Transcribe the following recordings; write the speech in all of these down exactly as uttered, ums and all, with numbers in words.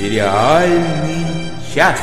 Сериальный час.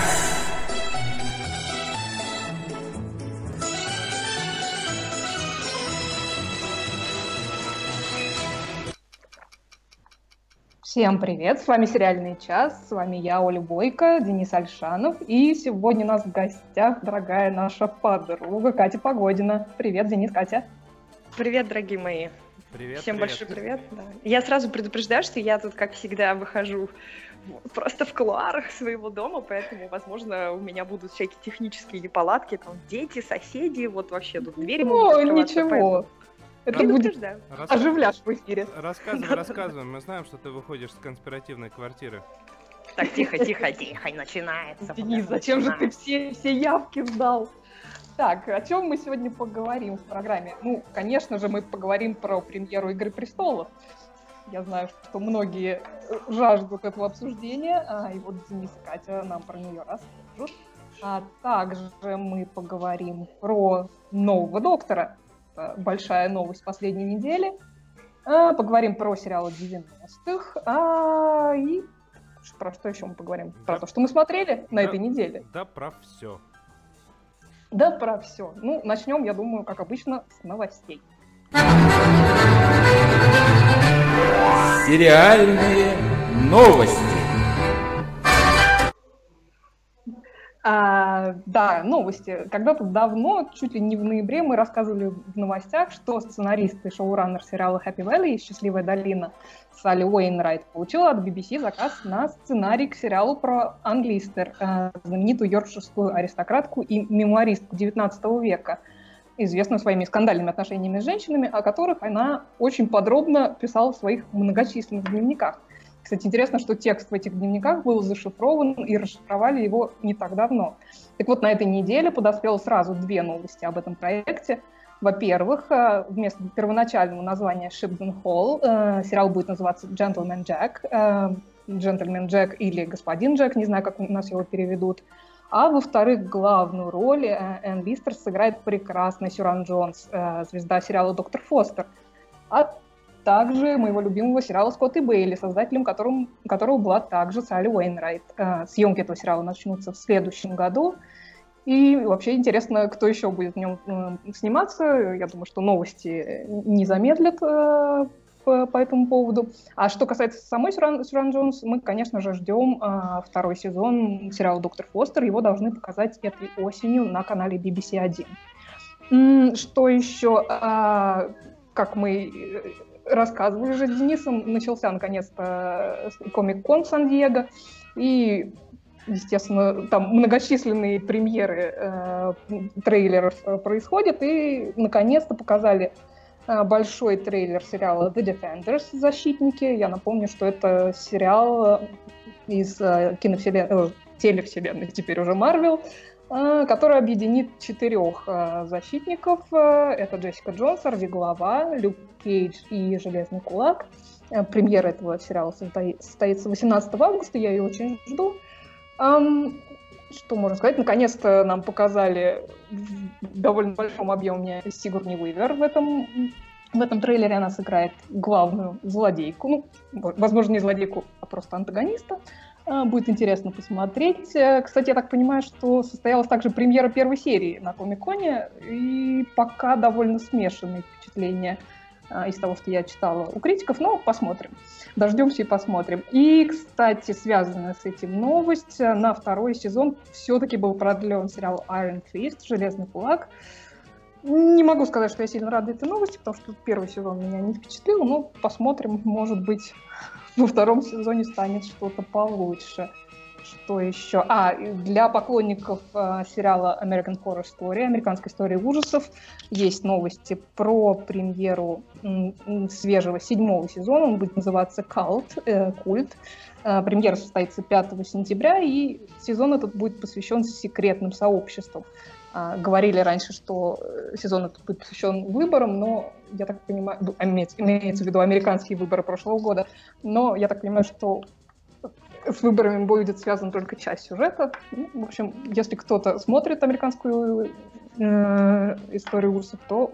Всем привет, с вами «Сериальный час», с вами я, Оля Бойко, Денис Альшанов, и сегодня у нас в гостях дорогая наша подруга Катя Погодина. Привет, Денис, Катя. Привет, дорогие мои. Привет, Всем привет. большой привет. Да. Я сразу предупреждаю, что я тут, как всегда, выхожу просто в кулуарах своего дома, поэтому, возможно, у меня будут всякие технические неполадки, там дети, соседи, вот вообще тут двери могут О, открываться, ничего. поэтому Это не будет предупреждаю. Рас- оживляш в эфире. Рассказывай, рассказывай. Мы знаем, что ты выходишь с конспиративной квартиры. Так, тихо, тихо, тихо, начинается. Денис, зачем же ты все, все явки сдал? Так, о чем мы сегодня поговорим в программе? Ну, конечно же, мы поговорим про премьеру «Игры престолов». Я знаю, что многие жаждут этого обсуждения, а, и вот Денис и Катя нам про нее расскажут. А также мы поговорим про нового доктора. Это большая новость последней недели. А, поговорим про сериалы девяностых. А, и про что еще мы поговорим? Про Да. то, что мы смотрели на Да. этой неделе. Да, про все. Да, про все. Ну, начнем, я думаю, как обычно, с новостей. Сериальные новости. А, да, новости. Когда-то давно, чуть ли не в ноябре, мы рассказывали в новостях, что сценарист и шоураннер сериала Happy Valley «Счастливая долина» Салли Уэйнрайт получила от би би си заказ на сценарий к сериалу про Ан Листер, э, знаменитую йоркширскую аристократку и мемуаристку девятнадцатого века, известную своими скандальными отношениями с женщинами, о которых она очень подробно писала в своих многочисленных дневниках. Кстати, интересно, что текст в этих дневниках был зашифрован и расшифровали его не так давно. Так вот, на этой неделе подоспело сразу две новости об этом проекте. Во-первых, вместо первоначального названия Shipton Hall сериал будет называться Gentleman Jack, Джентльмен Джек или Господин Джек, не знаю, как у нас его переведут. А во-вторых, главную роль Энн Листер сыграет прекрасный Сюран Джонс, звезда сериала «Доктор Фостер», а также моего любимого сериала «Скотт и Бейли», создателем которым, которого была также Салли Уэйнрайт. Съемки этого сериала начнутся в следующем году. И вообще интересно, кто еще будет в нем сниматься. Я думаю, что новости не замедлят по, по этому поводу. А что касается самой Сюран, Сюран Джонс, мы, конечно же, ждем второй сезон сериала «Доктор Фостер». Его должны показать этой осенью на канале би би си один. Что еще? Как мы рассказывали уже с Денисом, начался наконец-то Комик-кон в Сан-Диего. И естественно, там многочисленные премьеры э, трейлеров э, происходят, и наконец-то показали э, большой трейлер сериала The Defenders, «Защитники». Я напомню, что это сериал из э, киновселенной, э, телевселенной, теперь уже Marvel, э, который объединит четырех э, защитников. Э, это Джессика Джонс, Сорвиголова, Люк Кейдж и Железный Кулак. Э, премьера этого сериала состоится восемнадцатого августа, я ее очень жду. Um, что можно сказать? Наконец-то нам показали в довольно большом объеме Сигурни Уивер в этом, в этом трейлере. Она сыграет главную злодейку. Ну, возможно, не злодейку, а просто антагониста. Uh, будет интересно посмотреть. Uh, кстати, я так понимаю, что состоялась также премьера первой серии на Комик-коне, и пока довольно смешанные впечатления uh, из того, что я читала у критиков, но посмотрим. Дождемся и посмотрим. И, кстати, связанная с этим новость, на второй сезон все-таки был продлен сериал Iron Fist, «Железный кулак». Не могу сказать, что я сильно рада этой новости, потому что первый сезон меня не впечатлил, но посмотрим, может быть, во втором сезоне станет что-то получше. Что еще? А, для поклонников э, сериала American Horror Story, американской истории ужасов, есть новости про премьеру м, свежего седьмого сезона. Он будет называться «Cult», э, «Культ». Э, премьера состоится пятого сентября, и сезон этот будет посвящен секретным сообществам. Э, говорили раньше, что сезон этот будет посвящен выборам, но я так понимаю, имеется, имеется в виду американские выборы прошлого года, но я так понимаю, что с выборами будет связана только часть сюжета. Ну, в общем, если кто-то смотрит американскую э, историю ужасов, то,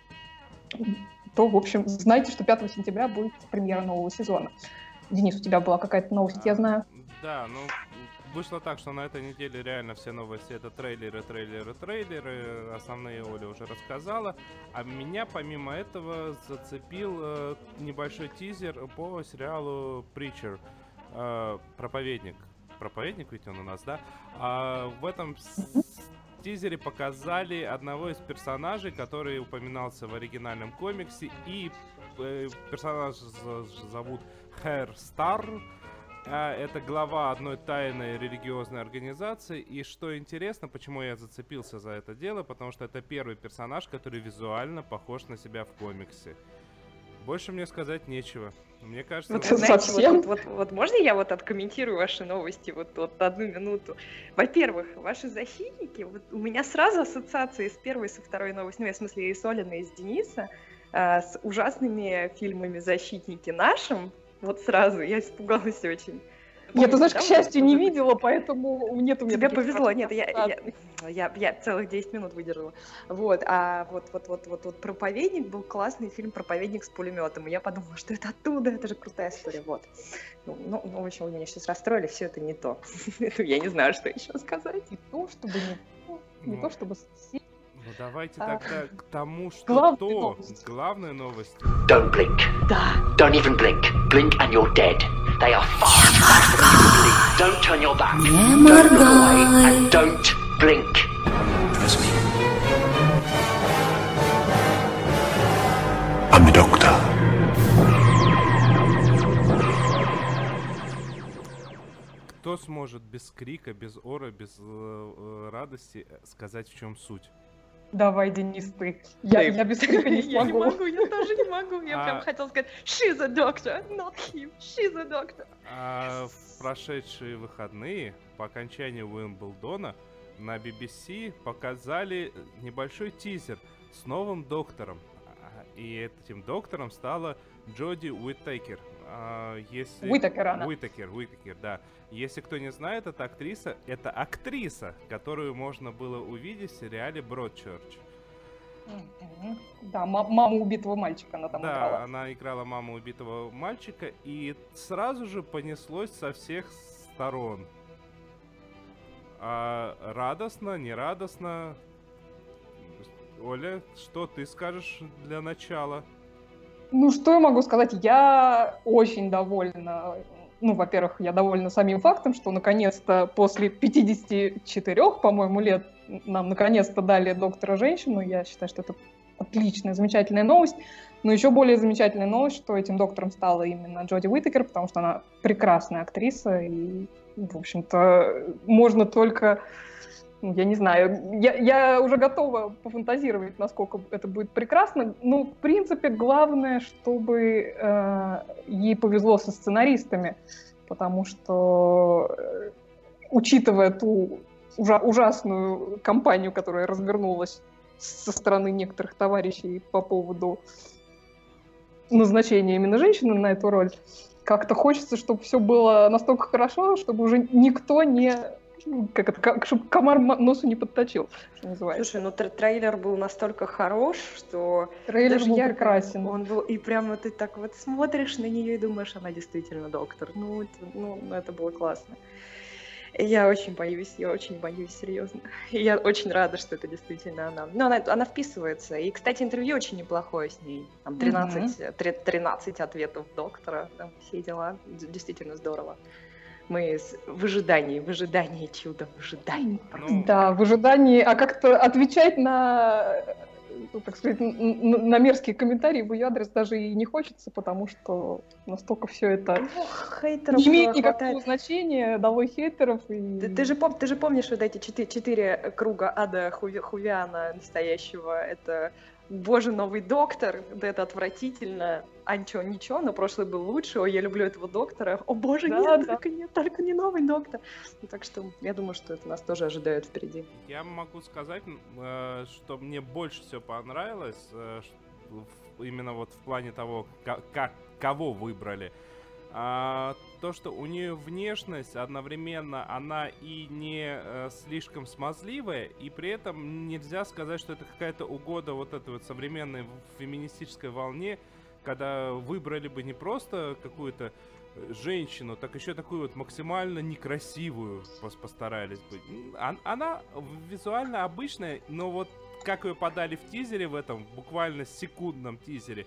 то, в общем, знайте, что пятого сентября будет премьера нового сезона. Денис, у тебя была какая-то новость, я знаю. Да, ну, вышло так, что на этой неделе реально все новости — это трейлеры, трейлеры, трейлеры. Основные Оля уже рассказала. А меня, помимо этого, зацепил э, небольшой тизер по сериалу Preacher. Э, проповедник. Проповедник ведь он у нас, да? А в этом тизере показали одного из персонажей, который упоминался в оригинальном комиксе. И э, персонаж зовут Хэр Стар. Это глава одной тайной религиозной организации. И что интересно, почему я зацепился за это дело, потому что это первый персонаж, который визуально похож на себя в комиксе. Больше мне сказать нечего. Мне кажется... Вот, вот... знаете, вот, вот, вот, вот можно я вот откомментирую ваши новости вот, вот одну минуту? Во-первых, ваши защитники, вот у меня сразу ассоциации с первой, со второй новостью, ну, в смысле, и с Олиной, и с Дениса, а, с ужасными фильмами «Защитники» нашим. Вот сразу, я испугалась очень. Нет, ты знаешь, да, к счастью, не вот, видела, поэтому нет у меня... Тебе таких повезло, нет, я, я, ассоциаций. я, я целых десять минут выдержала. Вот, а вот, вот, вот, вот, вот «Проповедник» был классный фильм «Проповедник с пулеметом». И я подумала, что это оттуда, это же крутая история, вот. Ну, ну, ну в общем, вы меня сейчас расстроили, все это не то. Я не знаю, что еще сказать. Не то, чтобы не то, не Ну. то, чтобы совсем. Ну давайте А, тогда к тому, что главные то, новости. главная новость. Don't blink. Да. Don't even blink. Blink and you're dead. They are far faster than you can believe. Don't turn your back. Don't look away and don't blink. Trust me. I'm the doctor. Кто сможет без крика, без ора, без э, э, радости сказать, в чем суть? Давай, Денис, ты. Я, я без крика не Я не смогу. могу, я тоже не могу. Я А. прям хотела сказать, she's a doctor, not him, she's a doctor. А в прошедшие выходные, по окончанию Уимблдона, на би би си показали небольшой тизер с новым доктором. А, И этим доктором стала Джоди Уиттекер. А, Если... Уитакер она. Уитакер, Уитакер, да. Если кто не знает, это актриса, это актриса, которую можно было увидеть в сериале Бродчерч. Мгм. Да, ма- маму убитого мальчика она там Да, играла. она играла маму убитого мальчика, и сразу же понеслось со всех сторон. А радостно, не радостно. Оля, что ты скажешь для начала? Ну, что я могу сказать? Я очень довольна. Ну, во-первых, я довольна самим фактом, что наконец-то после пятидесяти четырёх, по-моему, лет нам наконец-то дали доктора-женщину. Я считаю, что это отличная, замечательная новость. Но еще более замечательная новость, что этим доктором стала именно Джоди Уиттекер, потому что она прекрасная актриса. И, в общем-то, можно только... Ну, я не знаю, я, я уже готова пофантазировать, насколько это будет прекрасно. Ну, в принципе, главное, чтобы э, ей повезло со сценаристами, потому что, э, учитывая ту ужа- ужасную кампанию, которая развернулась со стороны некоторых товарищей по поводу назначения именно женщины на эту роль, как-то хочется, чтобы все было настолько хорошо, чтобы уже никто не... Как это, как, чтобы комар носу не подточил, что называется. Слушай, ну тр- трейлер был настолько хорош, что Трейлер даже был я, прекрасен. он был, и прямо ты так вот смотришь на нее и думаешь, она действительно доктор. Ну, это, ну, ну, это было классно. И я очень боюсь, я очень боюсь, серьезно. И я очень рада, что это действительно она. Но она, она вписывается. И, кстати, интервью очень неплохое с ней. Там тринадцать, тре- тринадцать ответов доктора, там все дела. Д- Действительно здорово. Мы с- в ожидании, в ожидании чуда, в ожидании. Ну, Да, в ожидании, а как-то отвечать на, ну, так сказать, н- н- на мерзкие комментарии в ее адрес даже и не хочется, потому что настолько все это Ну, хейтеров не имеет э, никакого хватает. значения, долой хейтеров. И... Ты, ты же пом- ты же помнишь вот эти четыре, четыре круга ада Хуви- Хувиана настоящего? Это боже, новый доктор, да это отвратительно. А ничего, ничего, но прошлый был лучше. Ой, я люблю этого доктора. О боже, Да, нет, да. только нет, только не новый доктор. Ну, так что я думаю, что это нас тоже ожидает впереди. Я могу сказать, э, что мне больше всего понравилось, э, ш- в- именно вот в плане того, ка- как, кого выбрали. А, то, что у нее внешность одновременно, она и не э, слишком смазливая, и при этом нельзя сказать, что это какая-то угода вот этой вот современной феминистической волне, когда выбрали бы не просто какую-то женщину, так еще такую вот максимально некрасивую постарались быть. Она визуально обычная, но вот как ее подали в тизере, в этом буквально секундном тизере,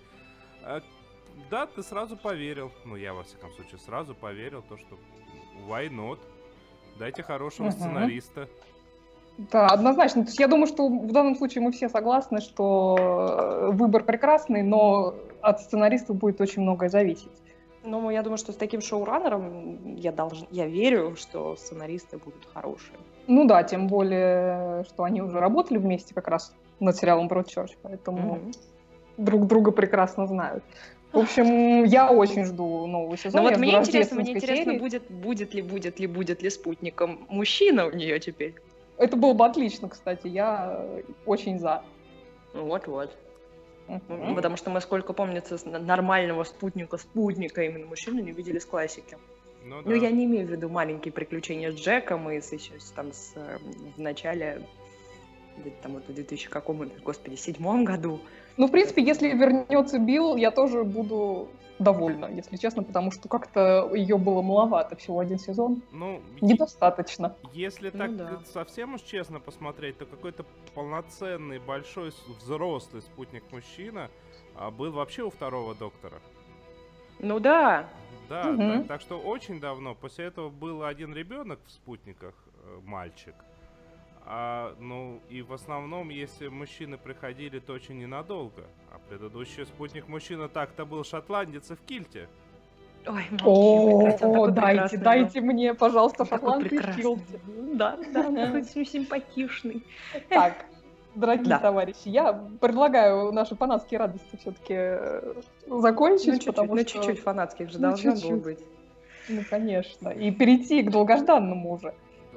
да, ты сразу поверил. Ну, я, во всяком случае, сразу поверил, то, что why not? Дайте хорошего uh-huh. сценариста. Да, однозначно. То есть я думаю, что в данном случае мы все согласны, что выбор прекрасный, но от сценариста будет очень многое зависеть. Ну, я думаю, что с таким шоураннером я, должен, я верю, что сценаристы будут хорошие. Ну да, тем более, что они уже работали вместе как раз над сериалом Broadchurch, поэтому mm-hmm. друг друга прекрасно знают. В общем, я очень жду нового сезона. Но вот мне интересно, мне интересно, будет, будет ли, будет ли, будет ли спутником мужчина у нее теперь. Это было бы отлично, кстати, я очень за. Вот-вот. Uh-huh. Потому что мы, сколько помнится, нормального спутника, спутника именно мужчины не видели с классики. Ну, да. Ну, я не имею в виду маленькие приключения с Джеком и с, еще там с, в начале, там вот в две тысячи каком, господи, седьмом году. Ну, в принципе, если вернется Билл, я тоже буду довольна, если честно, потому что как-то ее было маловато, всего один сезон. Ну, недостаточно. Если так ну, да. совсем уж честно посмотреть, то какой-то полноценный, большой, взрослый спутник-мужчина а, был вообще у второго доктора. Ну да. Да, угу. так, так что очень давно. После этого был один ребенок в спутниках, э, мальчик. А, ну, и в основном, если мужчины приходили, то очень ненадолго. А предыдущий спутник-мужчина так-то был шотландец и в кильте. Ой, о, дайте, дайте мне, пожалуйста, шотландцы в кильте. Да, да, очень симпатичный. Так, дорогие товарищи, я предлагаю наши фанатские радости все-таки закончить, потому что... Ну, чуть-чуть фанатских же должно было быть. Ну, конечно. И перейти к долгожданному уже.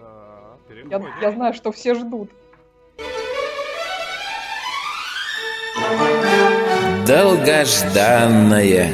Я, я знаю, что все ждут. Долгожданное.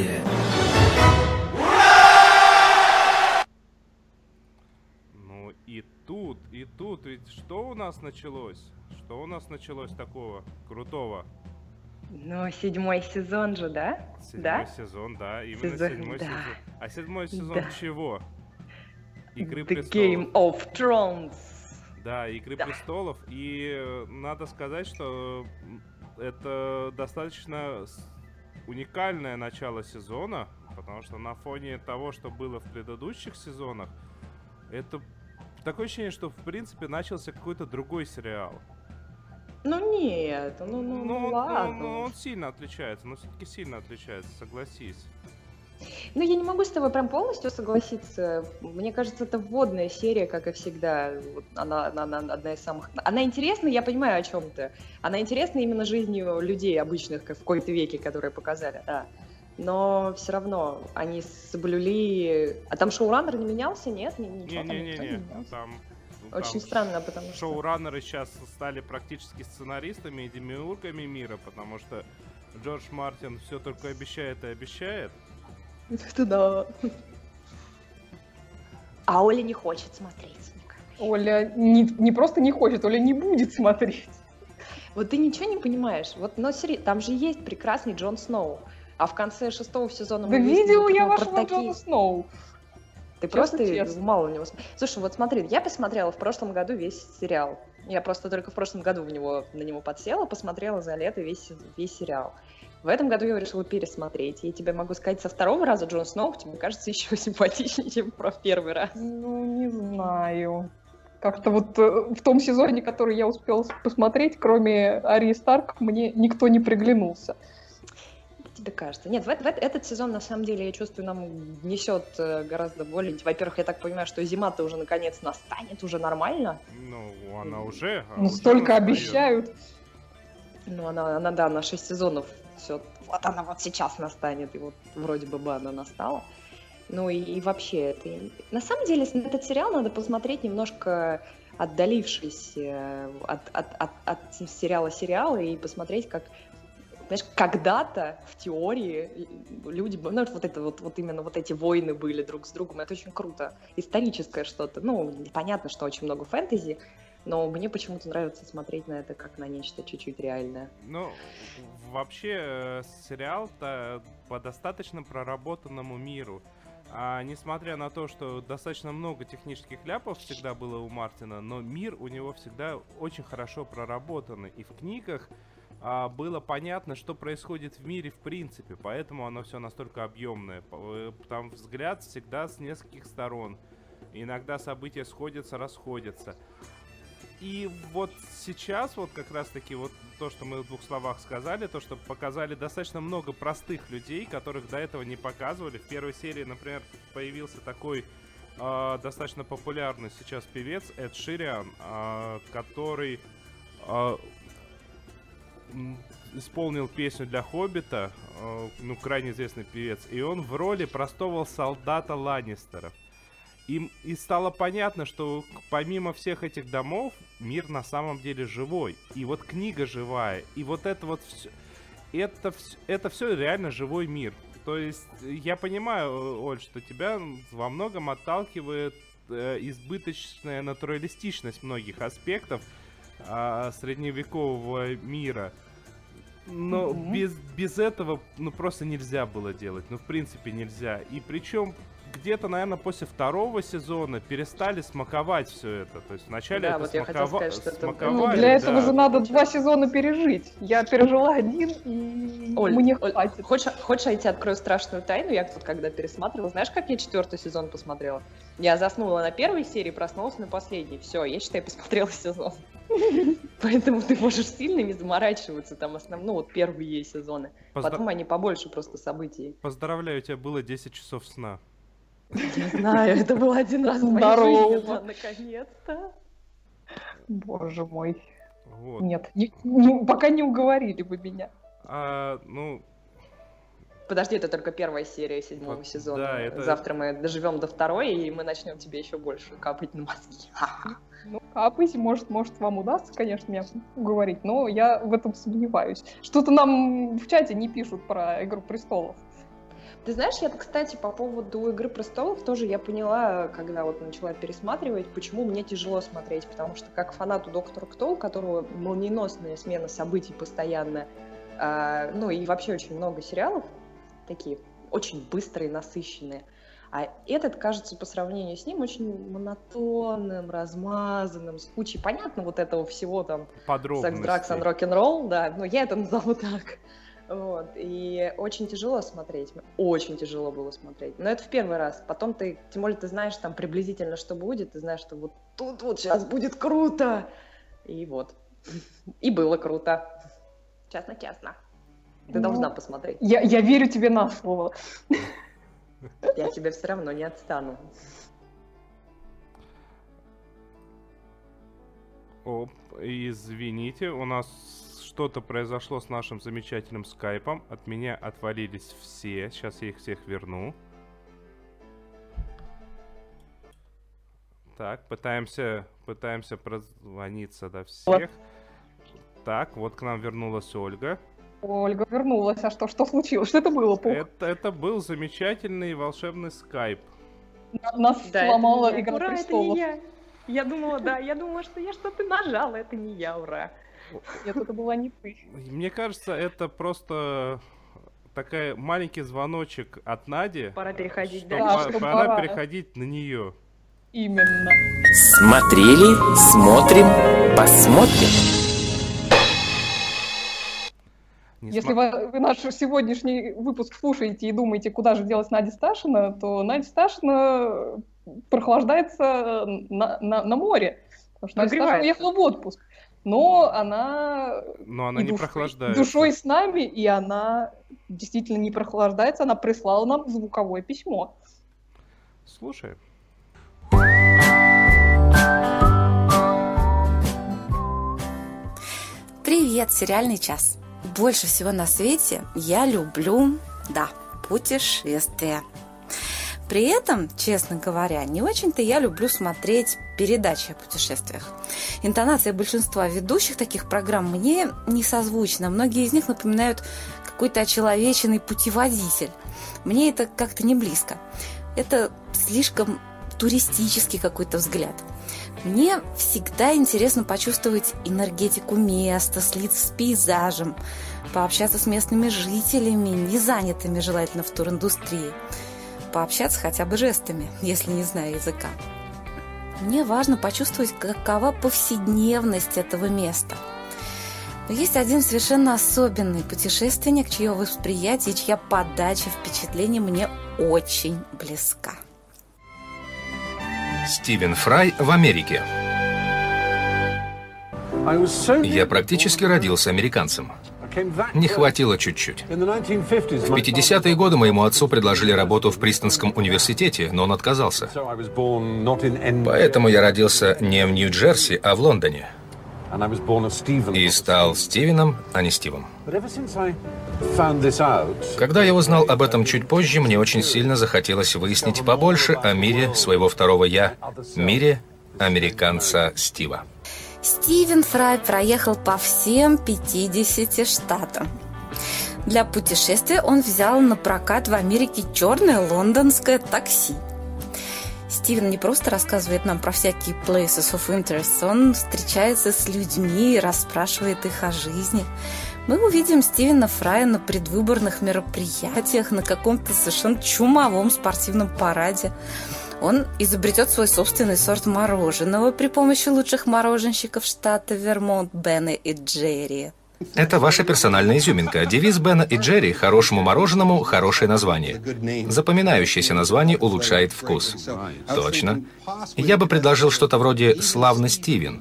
Ну и тут, и тут, ведь что у нас началось? Что у нас началось такого крутого? Ну, седьмой сезон же, да? Седьмой да? сезон, да, именно сезон, седьмой да. сезон. А седьмой сезон да. чего? Игры The престолов. Game of Thrones. Да, Игры да. престолов. И надо сказать, что это достаточно уникальное начало сезона, потому что на фоне того, что было в предыдущих сезонах, это такое ощущение, что в принципе начался какой-то другой сериал. Ну нет, ну, ну, ну ладно. Ну, ну, он сильно отличается, но все-таки сильно отличается, согласись. Ну, я не могу с тобой прям полностью согласиться. Мне кажется, это вводная серия, как и всегда. Вот она, она, она одна из самых... Она интересна, я понимаю, о чем ты. Она интересна именно жизнью людей обычных, как в кои-то веке, которые показали, да. Но все равно они соблюли... А там шоураннер не менялся, нет? Ничего там не, не, не, не. Там... Очень там странно, потому что... Шоураннеры сейчас стали практически сценаристами и демиургами мира, потому что Джордж Мартин все только обещает и обещает. Это да. А Оля не хочет смотреть. Оля не, не просто не хочет, Оля не будет смотреть. Вот ты ничего не понимаешь. Вот, но там же есть прекрасный Джон Сноу. А в конце шестого сезона... Да видела я вашего такие... Джона Сноу. Ты честно, просто честно. мало в него... Слушай, вот смотри, я посмотрела в прошлом году весь сериал. Я просто только в прошлом году в него, на него подсела, посмотрела за лето весь, весь сериал. В этом году я решила пересмотреть. Я тебе могу сказать, со второго раза Джон Сноу тебе кажется еще симпатичнее, чем в первый раз. Ну, не знаю. Как-то вот в том сезоне, который я успела посмотреть, кроме Арии Старк, мне никто не приглянулся. Тебе кажется? Нет, в, в, этот сезон, на самом деле, я чувствую, нам несет гораздо более... Во-первых, я так понимаю, что зима-то уже наконец настанет, уже нормально. Ну, она уже... Ну, столько обещают. Ну, она, она, да, на шесть сезонов все, вот она вот сейчас настанет, и вот вроде бы бы она настала. Ну и, и вообще, это... на самом деле, этот сериал надо посмотреть немножко отдалившись от, от, от, от сериала сериала и посмотреть, как, знаешь, когда-то в теории люди, ну вот это вот, вот именно вот эти войны были друг с другом, это очень круто, историческое что-то. Ну, понятно, что очень много фэнтези, но мне почему-то нравится смотреть на это как на нечто чуть-чуть реальное. Ну, вообще, сериал-то по достаточно проработанному миру. А несмотря на то, что достаточно много технических ляпов всегда было у Мартина, но мир у него всегда очень хорошо проработанный. И в книгах а, было понятно, что происходит в мире в принципе, поэтому оно все настолько объемное. Там взгляд всегда с нескольких сторон. Иногда события сходятся, расходятся. И вот сейчас вот как раз-таки вот то, что мы в двух словах сказали, то, что показали достаточно много простых людей, которых до этого не показывали. В первой серии, например, появился такой э, достаточно популярный сейчас певец Эд Шириан, э, который э, исполнил песню для «Хоббита», э, ну, крайне известный певец, и он в роли простого солдата Ланнистеров. И, и стало понятно, что помимо всех этих домов, мир на самом деле живой. И вот книга живая. И вот это вот все, это, все, это все реально живой мир. То есть я понимаю, Оль, что тебя во многом отталкивает э, избыточная натуралистичность многих аспектов э, средневекового мира. Но mm-hmm. без, без этого ну, просто нельзя было делать. Ну, в принципе, нельзя. И причем где-то, наверное, после второго сезона перестали смаковать все это. То есть вначале да, это вот смакова... сказать, что смаковали. Ну, для да. этого же надо два сезона пережить. Я пережила один, и Оль, мне Оль, хватит. Хочешь, хочешь, я тебе открою страшную тайну? Я тут когда пересматривала, знаешь, как я четвертый сезон посмотрела? Я заснула на первой серии, проснулась на последней. Все, я, считай, посмотрела сезон. Поэтому ты можешь сильно не заморачиваться, там основные, ну вот первые сезоны. Потом они побольше просто событий. Поздравляю, у тебя было десять часов сна. Я знаю, это был один раз в моей жизни, наконец-то. Боже мой. Вот. Нет, не, не, пока не уговорили вы меня. А, ну... Подожди, это только первая серия седьмого вот, сезона. Да, это... Завтра мы доживем до второй, и мы начнем тебе еще больше капать на мозги. Ну, капать, может, может, вам удастся, конечно, меня уговорить, но я в этом сомневаюсь. Что-то нам в чате не пишут про «Игру престолов». Ты знаешь, я, кстати, по поводу «Игры престолов» тоже я поняла, когда вот начала пересматривать, почему мне тяжело смотреть, потому что как фанату «Доктора Кто», у которого молниеносная смена событий постоянно, э, ну и вообще очень много сериалов, такие очень быстрые, насыщенные, а этот, кажется, по сравнению с ним очень монотонным, размазанным, с кучей, понятно, вот этого всего там, секс, дракс, and рок-н-ролл, да, но я это назову так. Вот, и очень тяжело смотреть, очень тяжело было смотреть, но это в первый раз, потом ты, тем более ты знаешь там приблизительно, что будет, ты знаешь, что вот тут вот сейчас будет круто, и вот, и было круто, честно-честно, ты ну, должна посмотреть. Я, я верю тебе на слово. Я тебе все равно не отстану. Оп, извините, у нас что-то произошло с нашим замечательным скайпом. От меня отвалились все. Сейчас я их всех верну. Так, пытаемся, пытаемся прозвониться до всех. Вот. Так, вот к нам вернулась Ольга. Ольга вернулась. А что, что случилось? Что это было, Пух? Это, это был замечательный волшебный скайп. Нас да, сломала это «Игра ура, престолов». Это не я. я думала, да, я думала, что я что-то нажала. Это не я, ура. Нет, это была не ты. Мне кажется, это просто такой маленький звоночек от Нади. Пора переходить, да? да Пора, пора, пора переходить на нее. Именно. Смотрели, смотрим, посмотрим. Не Если см... вы наш сегодняшний выпуск слушаете и думаете, куда же делать Надя Сташина, то Надя Сташина прохлаждается на, на, на море. Потому что Надя Сташина уехала в отпуск. Но она, Но она не душой, прохлаждается. Душой с нами, и она действительно не прохлаждается. Она прислала нам звуковое письмо. Слушай. Привет, сериальный час. Больше всего на свете я люблю, да, путешествия. При этом, честно говоря, не очень-то я люблю смотреть передачи о путешествиях. Интонация большинства ведущих таких программ мне не созвучна. Многие из них напоминают какой-то очеловеченный путеводитель. Мне это как-то не близко. Это слишком туристический какой-то взгляд. Мне всегда интересно почувствовать энергетику места, слиться с пейзажем, пообщаться с местными жителями, не занятыми желательно в туриндустрии. пообщаться хотя бы жестами, если не знаю языка. Мне важно почувствовать, какова повседневность этого места. Но есть один совершенно особенный путешественник, чье восприятие, чья подача впечатлений мне очень близка. Стивен Фрай в Америке. Я практически родился американцем. Не хватило чуть-чуть. В пятидесятые годы моему отцу предложили работу в Принстонском университете, но он отказался. Поэтому я родился не в Нью-Джерси, а в Лондоне. И стал Стивеном, а не Стивом. Когда я узнал об этом чуть позже, мне очень сильно захотелось выяснить побольше о мире своего второго «я», мире американца Стива. Стивен Фрай проехал по всем пятидесяти штатам. Для путешествия он взял на прокат в Америке черное лондонское такси. Стивен не просто рассказывает нам про всякие places of interest, он встречается с людьми и расспрашивает их о жизни. Мы увидим Стивена Фрая на предвыборных мероприятиях, на каком-то совершенно чумовом спортивном параде. Он изобретет свой собственный сорт мороженого при помощи лучших мороженщиков штата Вермонт, Бена и Джерри. Это ваша персональная изюминка. Девиз Бена и Джерри: хорошему мороженому хорошее название. Запоминающееся название улучшает вкус. Точно. Я бы предложил что-то вроде «Славный Стивен».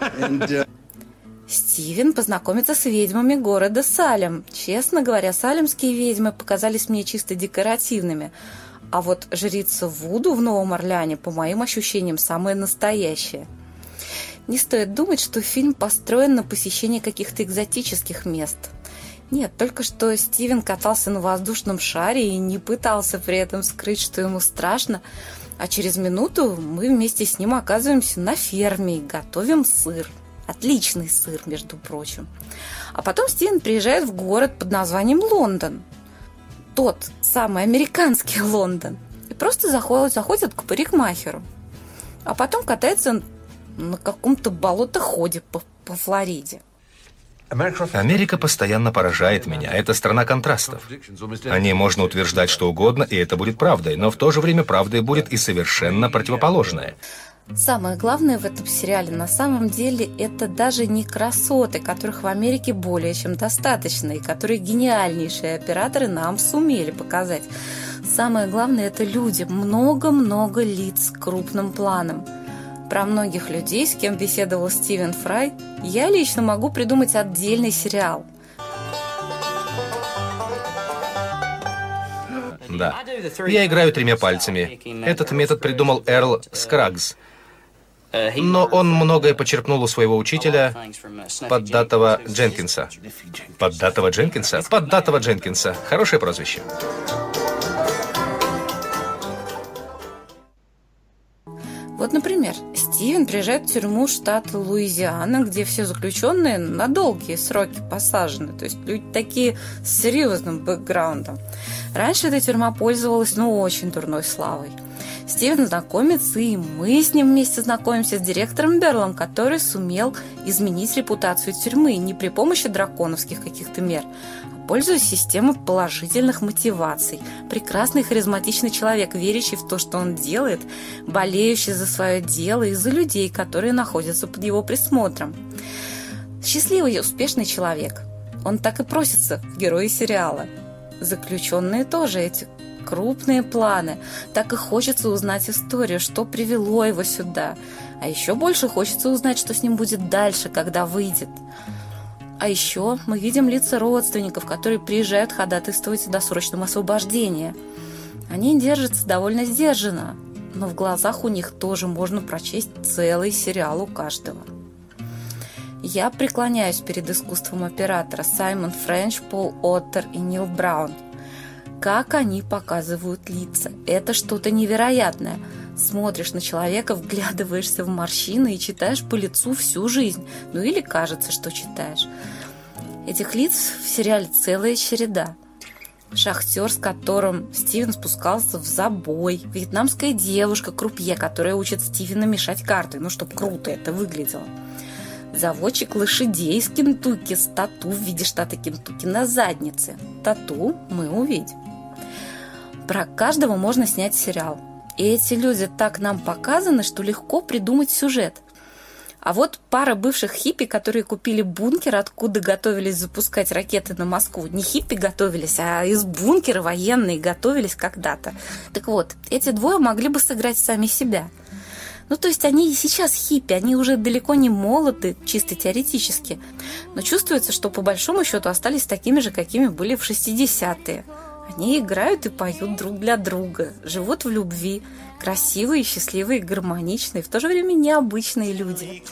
Стивен познакомится с ведьмами города Салем. Честно говоря, салемские ведьмы показались мне чисто декоративными. А вот жрица Вуду в Новом Орлеане, по моим ощущениям, самая настоящая. Не стоит думать, что фильм построен на посещении каких-то экзотических мест. Нет, только что Стивен катался на воздушном шаре и не пытался при этом скрыть, что ему страшно. А через минуту мы вместе с ним оказываемся на ферме и готовим сыр. Отличный сыр, между прочим. А потом Стивен приезжает в город под названием Лондон. Тот самый американский Лондон. И просто заходит, заходит к парикмахеру. А потом катается на каком-то болотоходе по, по Флориде. Америка постоянно поражает меня. Это страна контрастов. О ней можно утверждать что угодно, и это будет правдой. Но в то же время правдой будет и совершенно противоположное. Самое главное в этом сериале на самом деле это даже не красоты, которых в Америке более чем достаточно, и которые гениальнейшие операторы нам сумели показать. Самое главное это люди, много-много лиц с крупным планом. Про многих людей, с кем беседовал Стивен Фрай, я лично могу придумать отдельный сериал. Да. Я играю тремя пальцами. Этот метод придумал Эрл Скраггс. Но он многое почерпнул у своего учителя, Поддатого Дженкинса. Поддатого Дженкинса? Поддатого Дженкинса. Хорошее прозвище. Вот, например, Стивен приезжает в тюрьму штата Луизиана, где все заключенные на долгие сроки посажены. То есть люди такие с серьезным бэкграундом. Раньше эта тюрьма пользовалась, ну, очень дурной славой. Стивен знакомится, и мы с ним вместе знакомимся с директором Берлом, который сумел изменить репутацию тюрьмы не при помощи драконовских каких-то мер, а пользуясь системой положительных мотиваций. Прекрасный харизматичный человек, верящий в то, что он делает, болеющий за свое дело и за людей, которые находятся под его присмотром. Счастливый и успешный человек. Он так и просится в герои сериала. Заключенные тоже эти крупные планы. Так и хочется узнать историю, что привело его сюда. А еще больше хочется узнать, что с ним будет дальше, когда выйдет. А еще мы видим лица родственников, которые приезжают ходатайствовать о досрочном освобождении. Они держатся довольно сдержанно, но в глазах у них тоже можно прочесть целый сериал у каждого. Я преклоняюсь перед искусством оператора Саймон Френч, Пол Оттер и Нил Браун. Как они показывают лица. Это что-то невероятное. Смотришь на человека, вглядываешься в морщины и читаешь по лицу всю жизнь. Ну или кажется, что читаешь. Этих лиц в сериале целая череда. Шахтер, с которым Стивен спускался в забой. Вьетнамская девушка, крупье, которая учит Стивена мешать карты. Ну, чтоб круто это выглядело. Заводчик лошадей из Кентукки с тату в виде штата Кентукки на заднице. Тату мы увидим. Про каждого можно снять сериал. И эти люди так нам показаны, что легко придумать сюжет. А вот пара бывших хиппи, которые купили бункер, откуда готовились запускать ракеты на Москву. Не хиппи готовились, а из бункера военные готовились когда-то. Так вот, эти двое могли бы сыграть сами себя. Ну, то есть они и сейчас хиппи, они уже далеко не молоды, чисто теоретически. Но чувствуется, что по большому счету остались такими же, какими были в шестидесятые. Они играют и поют друг для друга, живут в любви, красивые, счастливые, гармоничные, в то же время необычные люди.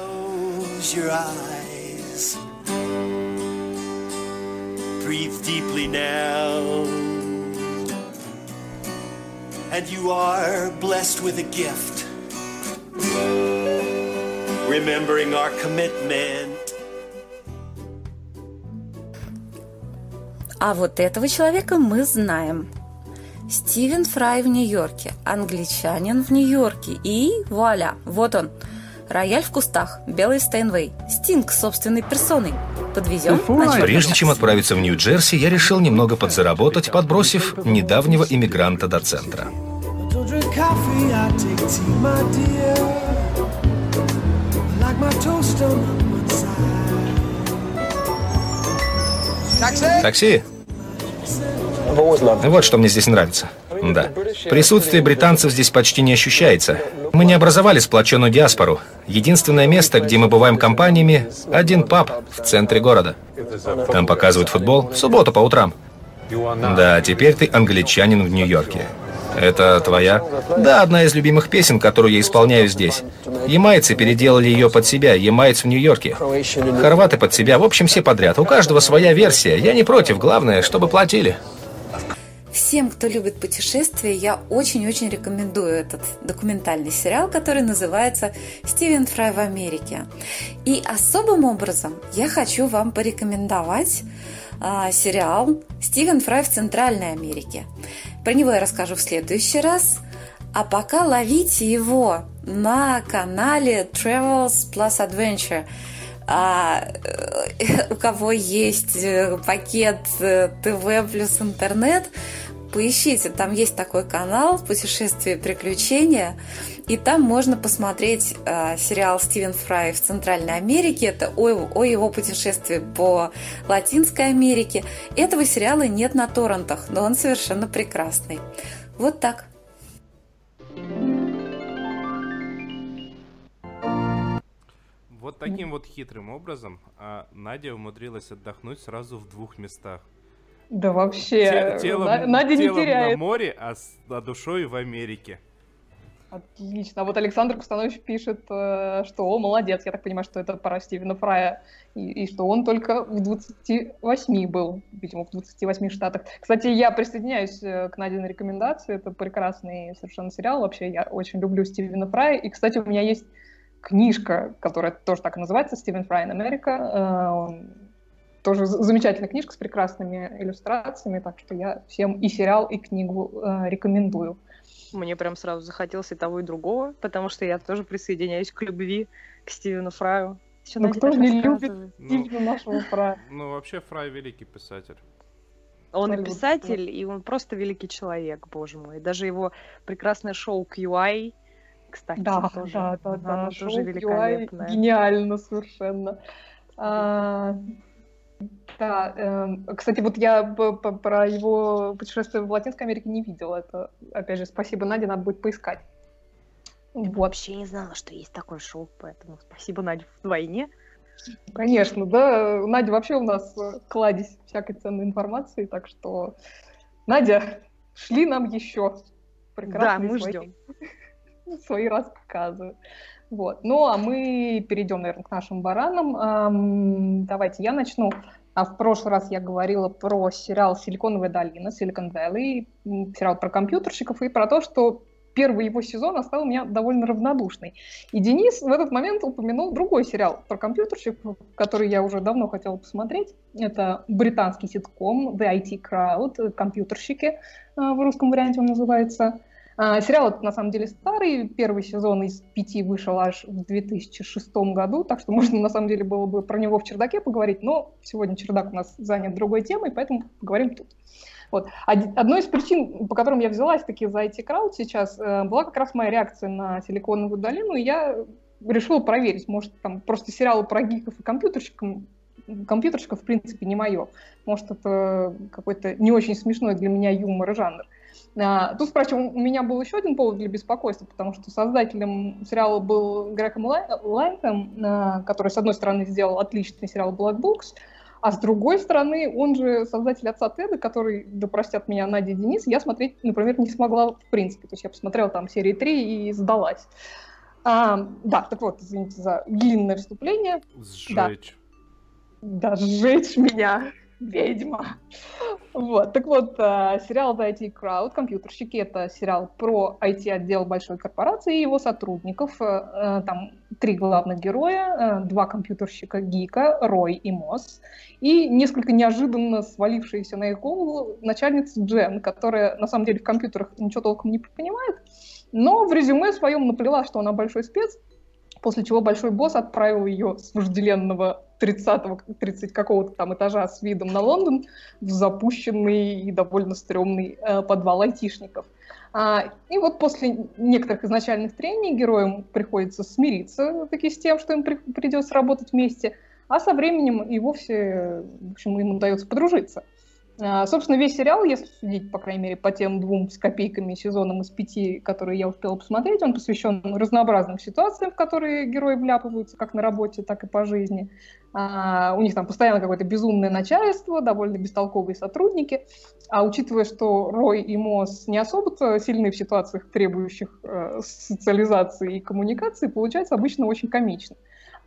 Remembering our commitment. А вот этого человека мы знаем. Стивен Фрай в Нью-Йорке, англичанин в Нью-Йорке. И вуаля, вот он. Рояль в кустах, белый Стейнвей, Стинг собственной персоной. Подвезем? Прежде чем отправиться в Нью-Джерси, я решил немного подзаработать, подбросив недавнего иммигранта до центра. Такси? Вот что мне здесь нравится. Да. Присутствие британцев здесь почти не ощущается. Мы не образовали сплоченную диаспору. Единственное место, где мы бываем компаниями, один паб в центре города. Там показывают футбол в субботу по утрам. Да, теперь ты англичанин в Нью-Йорке. Это твоя? Да, одна из любимых песен, которую я исполняю здесь. Ямайцы переделали ее под себя, ямайц в Нью-Йорке. Хорваты под себя, в общем, все подряд. У каждого своя версия. Я не против, главное, чтобы платили. Всем, кто любит путешествия, я очень-очень рекомендую этот документальный сериал, который называется «Стивен Фрай в Америке». И особым образом я хочу вам порекомендовать а, сериал «Стивен Фрай в Центральной Америке». Про него я расскажу в следующий раз. А пока ловите его на канале Travels Plus Adventure. А, у кого есть пакет ТВ плюс интернет, поищите, там есть такой канал «Путешествия и приключения», и там можно посмотреть а, сериал «Стивен Фрай в Центральной Америке». Это о, о его путешествии по Латинской Америке. Этого сериала нет на торрентах, но он совершенно прекрасный. Вот так. Вот таким вот хитрым образом а Надя умудрилась отдохнуть сразу в двух местах. Да вообще, Те, телом, Надя телом не теряет. на море, а, с, а душой в Америке. Отлично. А вот Александр Кустанович пишет, что о, молодец, я так понимаю, что это пора Стивена Фрая, и, и что он только в двадцати восьми был, видимо, в двадцати восьми штатах. Кстати, я присоединяюсь к Надиной рекомендации, это прекрасный совершенно сериал, вообще я очень люблю Стивена Фрая, и, кстати, у меня есть книжка, которая тоже так и называется, «Стивен Фрай in America». Тоже замечательная книжка с прекрасными иллюстрациями, так что я всем и сериал, и книгу э, рекомендую. Мне прям сразу захотелось и того, и другого, потому что я тоже присоединяюсь к любви к Стивену Фраю. Еще ну кто же не любит Стивена нашего Фрая? Ну, вообще, Фрай великий писатель. Он и писатель, и он просто великий человек, боже мой. Даже его прекрасное шоу кью ай, кстати, да, тоже, да, да, да, тоже шоу великолепное. Гениально совершенно. А, да, э, кстати, вот я про его путешествие в Латинской Америке не видела. Это, опять же, спасибо, Наде, надо будет поискать. Я вот. Вообще не знала, что есть такое шоу, поэтому спасибо, Надя, вдвойне. Конечно, да. Надя вообще у нас кладезь всякой ценной информации, так что, Надя, шли нам еще прекрасные да, мы свои, ждем. свои рассказы. Вот. Ну, а мы перейдем, наверное, к нашим баранам. Эм, давайте я начну. А в прошлый раз я говорила про сериал «Силиконовая долина», Silicon Valley, сериал про компьютерщиков и про то, что первый его сезон оставил меня довольно равнодушной. И Денис в этот момент упомянул другой сериал про компьютерщиков, который я уже давно хотела посмотреть. Это британский ситком The ай ти Crowd, компьютерщики в русском варианте он называется. Сериал этот на самом деле старый, первый сезон из пяти вышел аж в две тысячи шестом году, так что можно на самом деле было бы про него в чердаке поговорить, но сегодня чердак у нас занят другой темой, поэтому поговорим тут. Вот. Одной из причин, по которым я взялась таки за ай ти-крауд сейчас, была как раз моя реакция на Силиконовую долину, и я решила проверить, может, там просто сериалы про гиков и компьютерщиков, компьютерщиков в принципе, не мое. Может, это какой-то не очень смешной для меня юмор и жанр. Тут, впрочем, у меня был еще один повод для беспокойства, потому что создателем сериала был Грегом Лайтом, который, с одной стороны, сделал отличный сериал Black Books, а с другой стороны, он же создатель «Отца Теда», который, да простят меня Надя и Денис, я смотреть, например, не смогла в принципе. То есть я посмотрела там серии три и сдалась. А, да, так вот, извините за длинное вступление. Сжечь. Да, да, сжечь меня. Ведьма. Вот. Так вот, сериал The ай ти Crowd, компьютерщики, это сериал про ай ти-отдел большой корпорации и его сотрудников. Там три главных героя, два компьютерщика Гика, Рой и Мосс, и несколько неожиданно свалившаяся на их голову начальница Джен, которая на самом деле в компьютерах ничего толком не понимает, но в резюме своем наплела, что она большой спец, после чего большой босс отправил ее с вожделенного тридцатого, тридцать какого-то там этажа с видом на Лондон в запущенный и довольно стрёмный э, подвал айтишников. А, и вот после некоторых изначальных трений героям приходится смириться таки с тем, что им при, придется работать вместе, а со временем и вовсе, в общем, им удается подружиться. А, собственно, весь сериал, если судить, по крайней мере, по тем двум с копейками сезонам из пяти, которые я успела посмотреть, он посвящен разнообразным ситуациям, в которые герои вляпываются как на работе, так и по жизни. А, у них там постоянно какое-то безумное начальство, довольно бестолковые сотрудники. А учитывая, что Рой и Мосс не особо-то сильны в ситуациях, требующих э, социализации и коммуникации, получается обычно очень комично.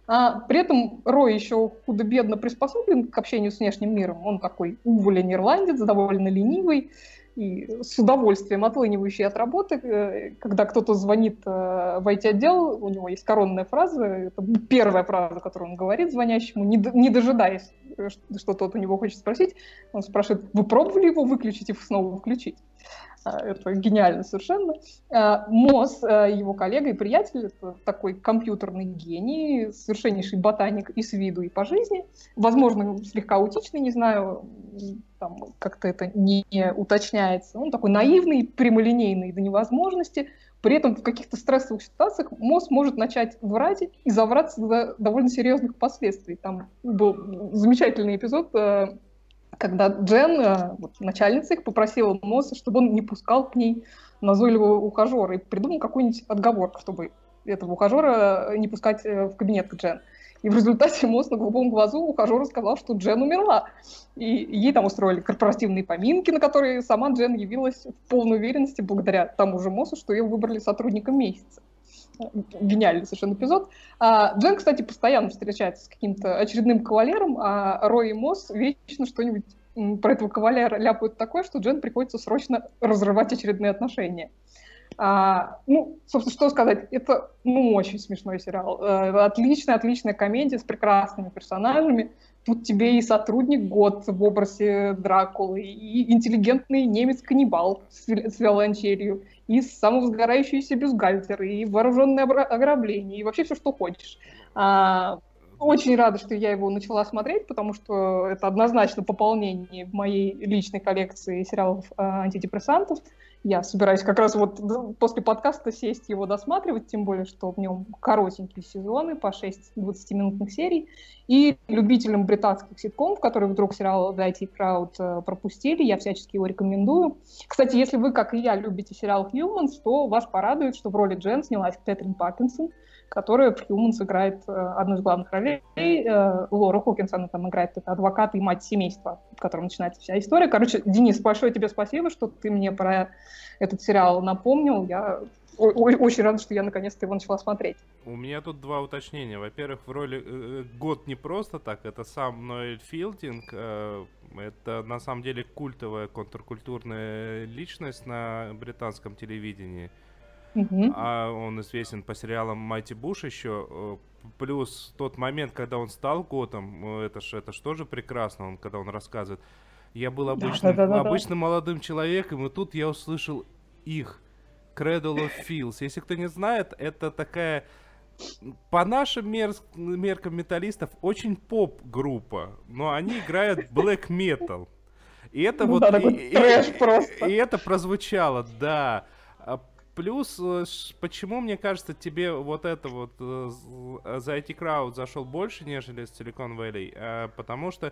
А при этом Рой еще худо-бедно приспособлен к общению с внешним миром. Он такой уволень ирландец, довольно ленивый и с удовольствием отлынивающий от работы. Когда кто-то звонит в ай ти-отдел, у него есть коронная фраза, это первая фраза, которую он говорит звонящему, не дожидаясь, что тот у него хочет спросить, он спрашивает: вы пробовали его выключить и снова включить? Это гениально совершенно. Мосс, его коллега и приятель, это такой компьютерный гений, совершеннейший ботаник и с виду, и по жизни. Возможно, слегка аутичный, не знаю, там как-то это не уточняется. Он такой наивный, прямолинейный до невозможности. При этом в каких-то стрессовых ситуациях Мосс может начать врать и завраться до довольно серьезных последствий. Там был замечательный эпизод, когда Джен, вот, начальница их, попросила Мосса, чтобы он не пускал к ней назойливого ухажера, и придумал какую-нибудь отговорку, чтобы этого ухажера не пускать в кабинет к Джен. И в результате Мосс на голубом глазу ухажеру сказал, что Джен умерла. И ей там устроили корпоративные поминки, на которые сама Джен явилась в полной уверенности благодаря тому же Моссу, что ее выбрали сотрудником месяца. Гениальный совершенно эпизод. А Джен, кстати, постоянно встречается с каким-то очередным кавалером, а Рой и Мосс вечно что-нибудь про этого кавалера ляпают такое, что Джен приходится срочно разрывать очередные отношения. А, ну, собственно, что сказать, это ну, очень смешной сериал. Отличная, отличная комедия с прекрасными персонажами. Тут тебе и сотрудник год в образе Дракулы, и интеллигентный немец-каннибал с виолончелью, и самовозгорающийся бюстгальтер, и вооруженное ограбление, и вообще все, что хочешь. А, очень рада, что я его начала смотреть, потому что это однозначно пополнение в моей личной коллекции сериалов а, антидепрессантов. Я собираюсь как раз вот после подкаста сесть его досматривать, тем более, что в нем коротенькие сезоны по шесть двадцатиминутных серий. И любителям британских ситкомов, которые вдруг сериал The ай ти Crowd пропустили, я всячески его рекомендую. Кстати, если вы, как и я, любите сериал Humans, то вас порадует, что в роли Джен снялась Кэтрин Паркинсон, которая в Humans играет одну из главных ролей. Лора Хокинс, она там играет это адвоката и мать семейства, в котором начинается вся история. Короче, Денис, большое тебе спасибо, что ты мне про этот сериал напомнил. Я очень рада, что я наконец-то его начала смотреть. У меня тут два уточнения. Во-первых, в роли э, год не просто так, это сам Ноэль Филдинг. Э, это на самом деле культовая контркультурная личность на британском телевидении. Uh-huh. А он известен по сериалам Майти Буш еще. Плюс тот момент, когда он стал Готом, это ж, это ж тоже прекрасно, он, когда он рассказывает. Я был обычным, да, да, да, обычным да. молодым человеком, и тут я услышал их, Cradle of Filth. Если кто не знает, это такая, по нашим мер... меркам металлистов, очень поп-группа, но они играют black metal. И это Ну вот... да, и, такой и- трэш и- просто. и это прозвучало, да. А Плюс, э, ш- почему, мне кажется, тебе вот это вот э, з- за ай ти-крауд зашел больше, нежели Silicon Valley? А, Потому что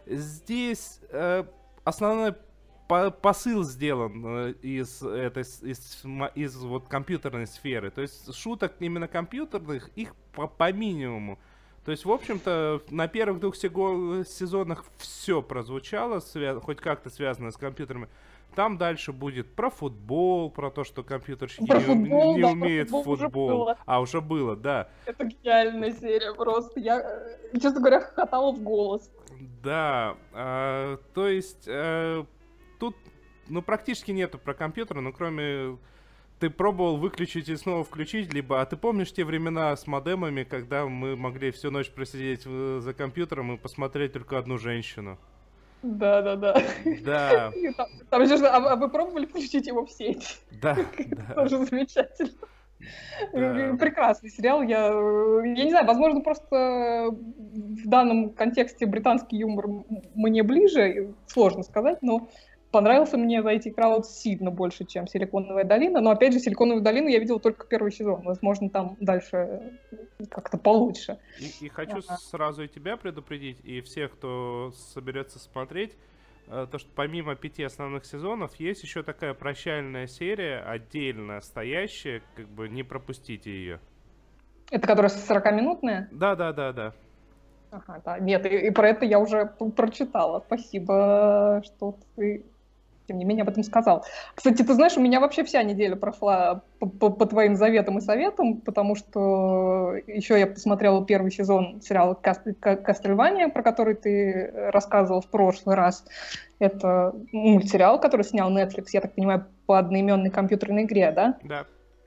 здесь э, основной по- посыл сделан э, из этой с- из, ма- из вот компьютерной сферы. То есть шуток именно компьютерных их по, по минимуму. То есть, в общем-то, на первых двух сего- сезонах все прозвучало, свя- хоть как-то связанное с компьютерами. Там дальше будет про футбол, про то, что компьютерщики Про не, ум- футбол, не да, про умеют в футбол уже футбол. было. А, уже было, да. Это гениальная серия просто. Я, э, честно говоря, хохотала в голос. Да, а, то есть э, тут, ну, практически нету про компьютер, ну, кроме... Ты пробовал выключить и снова включить, либо... А ты помнишь те времена с модемами, когда мы могли всю ночь просидеть в- за компьютером и посмотреть только одну женщину? Да, да, да. Да, И Там, там еще, что, а, а вы пробовали включить его в сеть? да, да. Тоже замечательно. Да. Прекрасный сериал. Я, э, я не знаю, возможно, просто в данном контексте британский юмор м- мне ближе, сложно сказать, но понравился мне за эти крауд сильно больше, чем Силиконовая долина. Но опять же, Силиконовую долину я видела только первый сезон. Возможно, там дальше как-то получше. И, и хочу Ага. сразу и тебя предупредить, и всех, кто соберется смотреть, э, то, что помимо пяти основных сезонов, есть еще такая прощальная серия, отдельно стоящая, как бы не пропустите ее. Это которая сорокаминутная? Да-да-да-да. Ага, да. Нет, и, и про это я уже п- прочитала. Спасибо, что ты, тем не менее, об этом сказал. Кстати, ты знаешь, у меня вообще вся неделя прошла по, по- по твоим заветам и советам, потому что еще я посмотрела первый сезон сериала «Кас- Ка- «Кастлвания», про который ты рассказывал в прошлый раз. Это мультсериал, который снял Netflix, я так понимаю, по одноименной компьютерной игре, да? Да.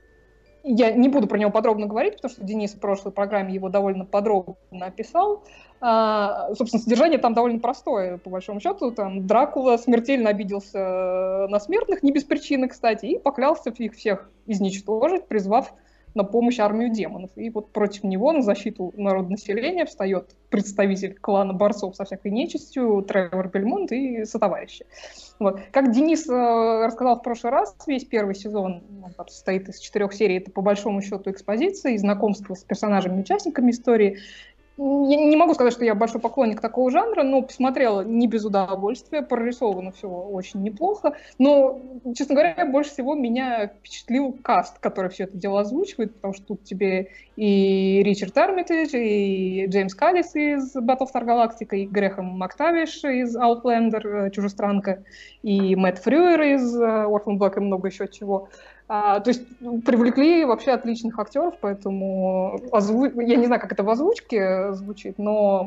Я не буду про него подробно говорить, потому что Денис в прошлой программе его довольно подробно описал. А, собственно, содержание там довольно простое, по большому счету. Там Дракула смертельно обиделся на смертных, не без причины, кстати, и поклялся их всех изничтожить, призвав на помощь армию демонов. И вот против него на защиту народонаселения встает представитель клана борцов со всякой нечистью Тревор Бельмонт и сотоварищи. Вот. Как Денис э, рассказал в прошлый раз, весь первый сезон он там состоит из четырех серий. Это по большому счету экспозиция и знакомство с персонажами и участниками истории. Я не могу сказать, что я большой поклонник такого жанра, но посмотрела не без удовольствия, прорисовано все очень неплохо. Но, честно говоря, больше всего меня впечатлил каст, который все это дело озвучивает, потому что тут тебе и Ричард Армитедж, и Джеймс Каллис из Battlestar Galactica, и Грэхэм Мактавиш из Outlander, Чужестранка, и Мэтт Фрюер из Orphan Black и много еще чего. А, то есть привлекли вообще отличных актеров, поэтому озву... я не знаю, как это в озвучке звучит, но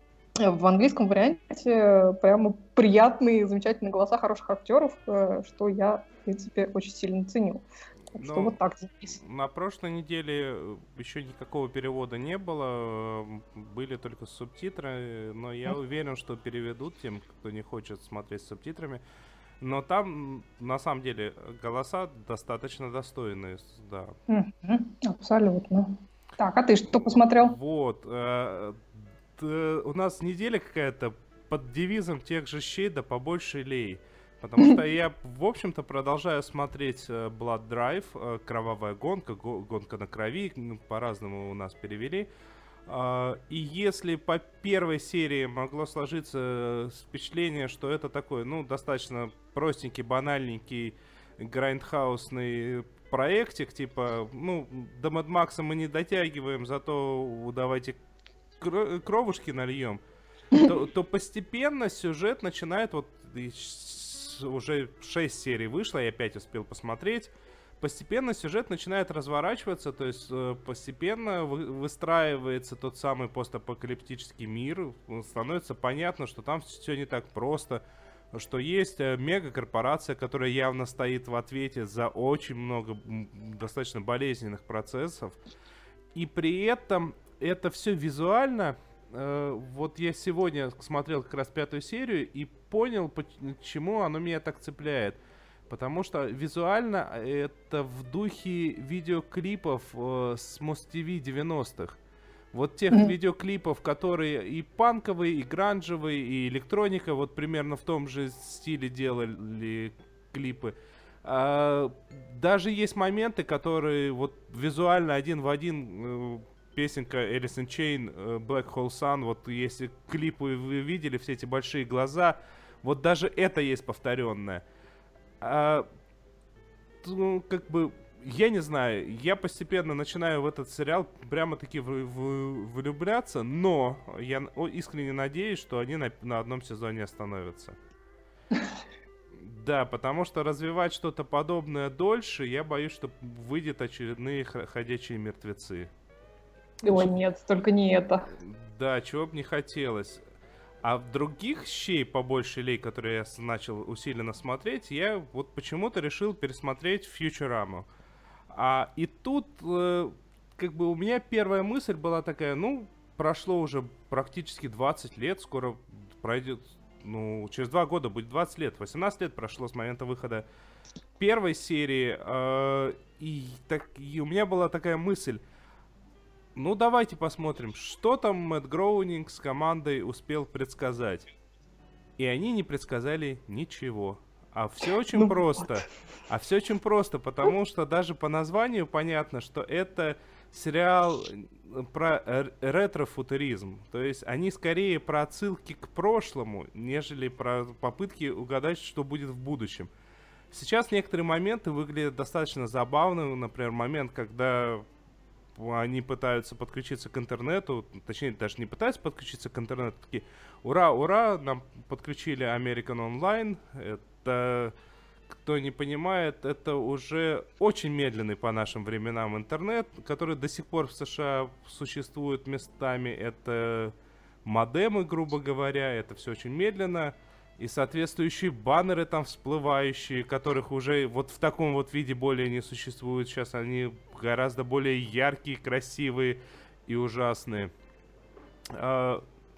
в английском варианте прямо приятные, замечательные голоса хороших актеров, что я, в принципе, очень сильно ценю. Так Но что вот так здесь. На прошлой неделе еще никакого перевода не было, были только субтитры, но я уверен, что переведут тем, кто не хочет смотреть с субтитрами. Но там, на самом деле, голоса достаточно достойные, да. Мгм, абсолютно. Так, а ты что посмотрел? Вот. э, т- у нас неделя какая-то под девизом тех же щей, да побольше лей. Потому что я, в общем-то, продолжаю смотреть э, Blood Drive, э, кровавая гонка, го- гонка на крови, ну, по-разному у нас перевели. А, И если по первой серии могло сложиться впечатление, что это такой, ну, достаточно простенький, банальненький, грайндхаусный проектик, типа, ну, до Мэд Макса мы не дотягиваем, зато давайте кро- кровушки нальем, то, то постепенно сюжет начинает, вот и с- уже шесть серий вышло, я опять успел посмотреть. Постепенно сюжет начинает разворачиваться, то есть э, постепенно вы- выстраивается тот самый постапокалиптический мир, становится понятно, что там все не так просто, что есть э, мегакорпорация, которая явно стоит в ответе за очень много м, достаточно болезненных процессов, и при этом это все визуально. э, вот я сегодня смотрел как раз пятую серию и понял, почему оно меня так цепляет. Потому что визуально это в духе видеоклипов э, с Муз-ТВ девяностых. Вот тех mm-hmm. видеоклипов, которые и панковые, и гранжевые, и электроника, вот примерно в том же стиле делали клипы. А, даже есть моменты, которые вот визуально один в один, э, песенка Alice in Chains, э, Black Hole Sun, вот если клипы вы видели, все эти большие глаза, вот даже это есть повторенное. А, ну, как бы... Я не знаю, я постепенно начинаю в этот сериал прямо-таки в, в, влюбляться, но я искренне надеюсь, что они на, на одном сезоне остановятся. Да, потому что развивать что-то подобное дольше, я боюсь, что выйдет очередные ходячие мертвецы. О, нет, только не это. Да, чего бы не хотелось. А в других щей побольше лей, которые я начал усиленно смотреть, я вот почему-то решил пересмотреть Фьючерама. А и тут, э, как бы у меня первая мысль была такая, ну, прошло уже практически двадцать лет, скоро пройдет, ну, через два года будет двадцать лет, восемнадцать лет прошло с момента выхода первой серии, э, и, так, и у меня была такая мысль, ну, давайте посмотрим, что там Мэтт Гроунинг с командой успел предсказать. И они не предсказали ничего. А все очень ну, просто. Вот. А все очень просто, потому что даже по названию понятно, что это сериал про ретро-футуризм. То есть они скорее про отсылки к прошлому, нежели про попытки угадать, что будет в будущем. Сейчас некоторые моменты выглядят достаточно забавно. Например, момент, когда они пытаются подключиться к интернету, точнее, даже не пытаются подключиться к интернету, такие, ура, ура, нам подключили American Online. Это, кто не понимает, это уже очень медленный по нашим временам интернет, который до сих пор в США существует местами. Это модемы, грубо говоря, это все очень медленно. И соответствующие баннеры там всплывающие, которых уже вот в таком вот виде более не существует. Сейчас они гораздо более яркие, красивые и ужасные. Это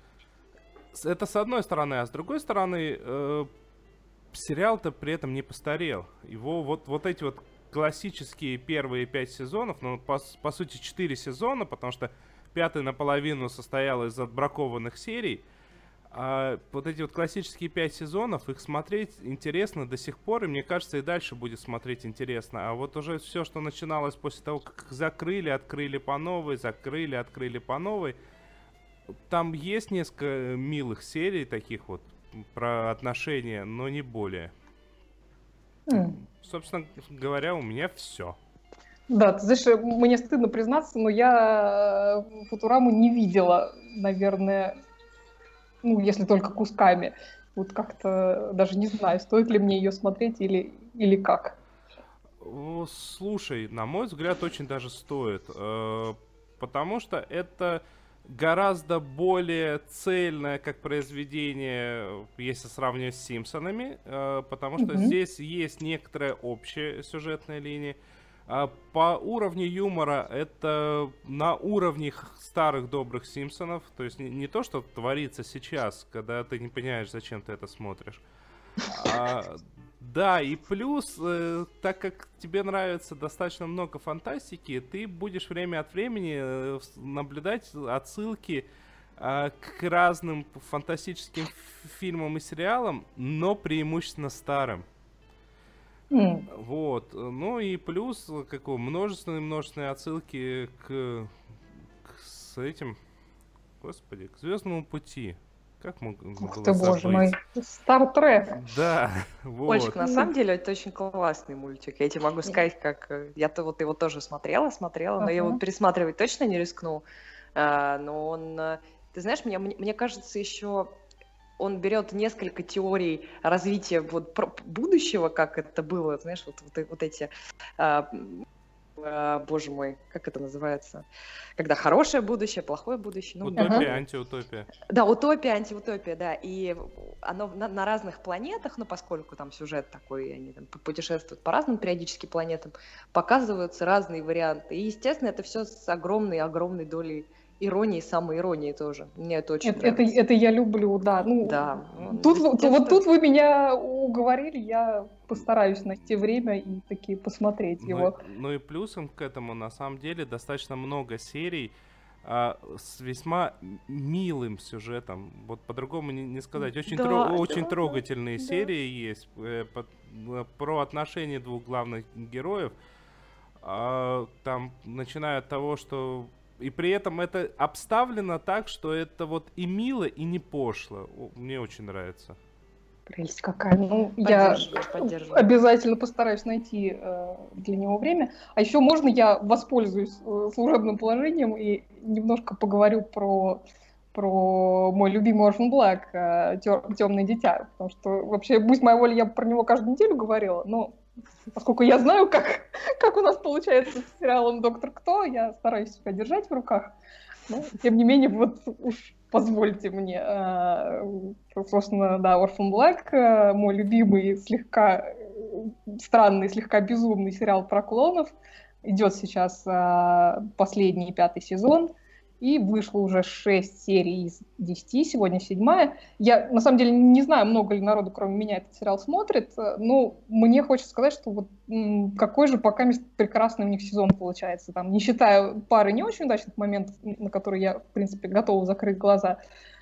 с одной стороны, а с другой стороны, сериал-то при этом не постарел. Его вот, вот эти вот классические первые пять сезонов, ну, по, по сути, четыре сезона, потому что пятый наполовину состоял из отбракованных серий. А вот эти вот классические пять сезонов, их смотреть интересно до сих пор, и мне кажется, и дальше будет смотреть интересно. А вот уже все, что начиналось после того, как закрыли, открыли по новой, закрыли, открыли по новой, там есть несколько милых серий таких вот про отношения, но не более. Mm. Собственно говоря, у меня все. Да, ты знаешь, мне стыдно признаться, но я Футураму не видела, наверное, ну, если только кусками. Вот как-то даже не знаю, стоит ли мне ее смотреть или, или как. Слушай, на мой взгляд, очень даже стоит. Потому что это гораздо более цельное как произведение, если сравнивать с «Симпсонами», потому что mm-hmm. здесь есть некоторая общая сюжетная линия. По уровню юмора это на уровне старых добрых «Симпсонов», то есть не, не то, что творится сейчас, когда ты не понимаешь, зачем ты это смотришь. А, да, и плюс, э, так как тебе нравится достаточно много фантастики, ты будешь время от времени э, наблюдать отсылки э, к разным фантастическим фильмам и сериалам, но преимущественно старым. Mm. Вот, ну и плюс какого множественные-множественные отсылки к, к с этим, господи, к «Звездному пути». Как мы Ух ты, боже мой, Star Trek. Да, вот. Ольчик, на самом деле это очень классный мультик. Я тебе могу сказать, как я-то вот его тоже смотрела, смотрела, но uh-huh. я его пересматривать точно не рискну. А, но он, ты знаешь, мне, мне кажется, еще он берет несколько теорий развития вот будущего, как это было, знаешь, вот, вот, вот эти, а, а, боже мой, как это называется, когда хорошее будущее, плохое будущее. Ну, утопия, ага. антиутопия. Да, утопия, антиутопия, да, и оно на, на разных планетах, ну, поскольку там сюжет такой, они там путешествуют по разным периодически планетам, показываются разные варианты, и, естественно, это все с огромной-огромной долей иронии, самоиронии тоже. Мне это очень это, нравится. Это, это я люблю, да. Ну, да. Тут, вот, вот тут вы меня уговорили, я постараюсь найти время и таки посмотреть ну, его. Ну и плюсом к этому, на самом деле, достаточно много серий, а, с весьма милым сюжетом. Вот по-другому не, не сказать. Очень, Да, тро- да, очень да, трогательные да. серии есть э, под- э, про отношения двух главных героев. А, там, начиная от того, что... И при этом это обставлено так, что это вот и мило, и не пошло. О, мне очень нравится. Прелесть какая. Ну, я Поддерживаю, поддерживаю. обязательно постараюсь найти э, для него время. А еще можно я воспользуюсь э, служебным положением и немножко поговорю про, про мой любимый Orphan Black, э, «Темное дитя». Потому что вообще, будь моя воля, я про него каждую неделю говорила, но поскольку я знаю, как, как у нас получается с сериалом «Доктор Кто», я стараюсь себя держать в руках. Но, тем не менее, вот уж позвольте мне. Собственно, да, Orphan Black, мой любимый, слегка странный, слегка безумный сериал про клонов. Идет сейчас последний, пятый сезон. И вышло уже шесть серий из десяти, сегодня седьмая. Я, на самом деле, не знаю, много ли народу, кроме меня, этот сериал смотрит, но мне хочется сказать, что вот м, какой же пока прекрасный у них сезон получается. Там, не считая пары не очень удачных моментов, на которые я, в принципе, готова закрыть глаза.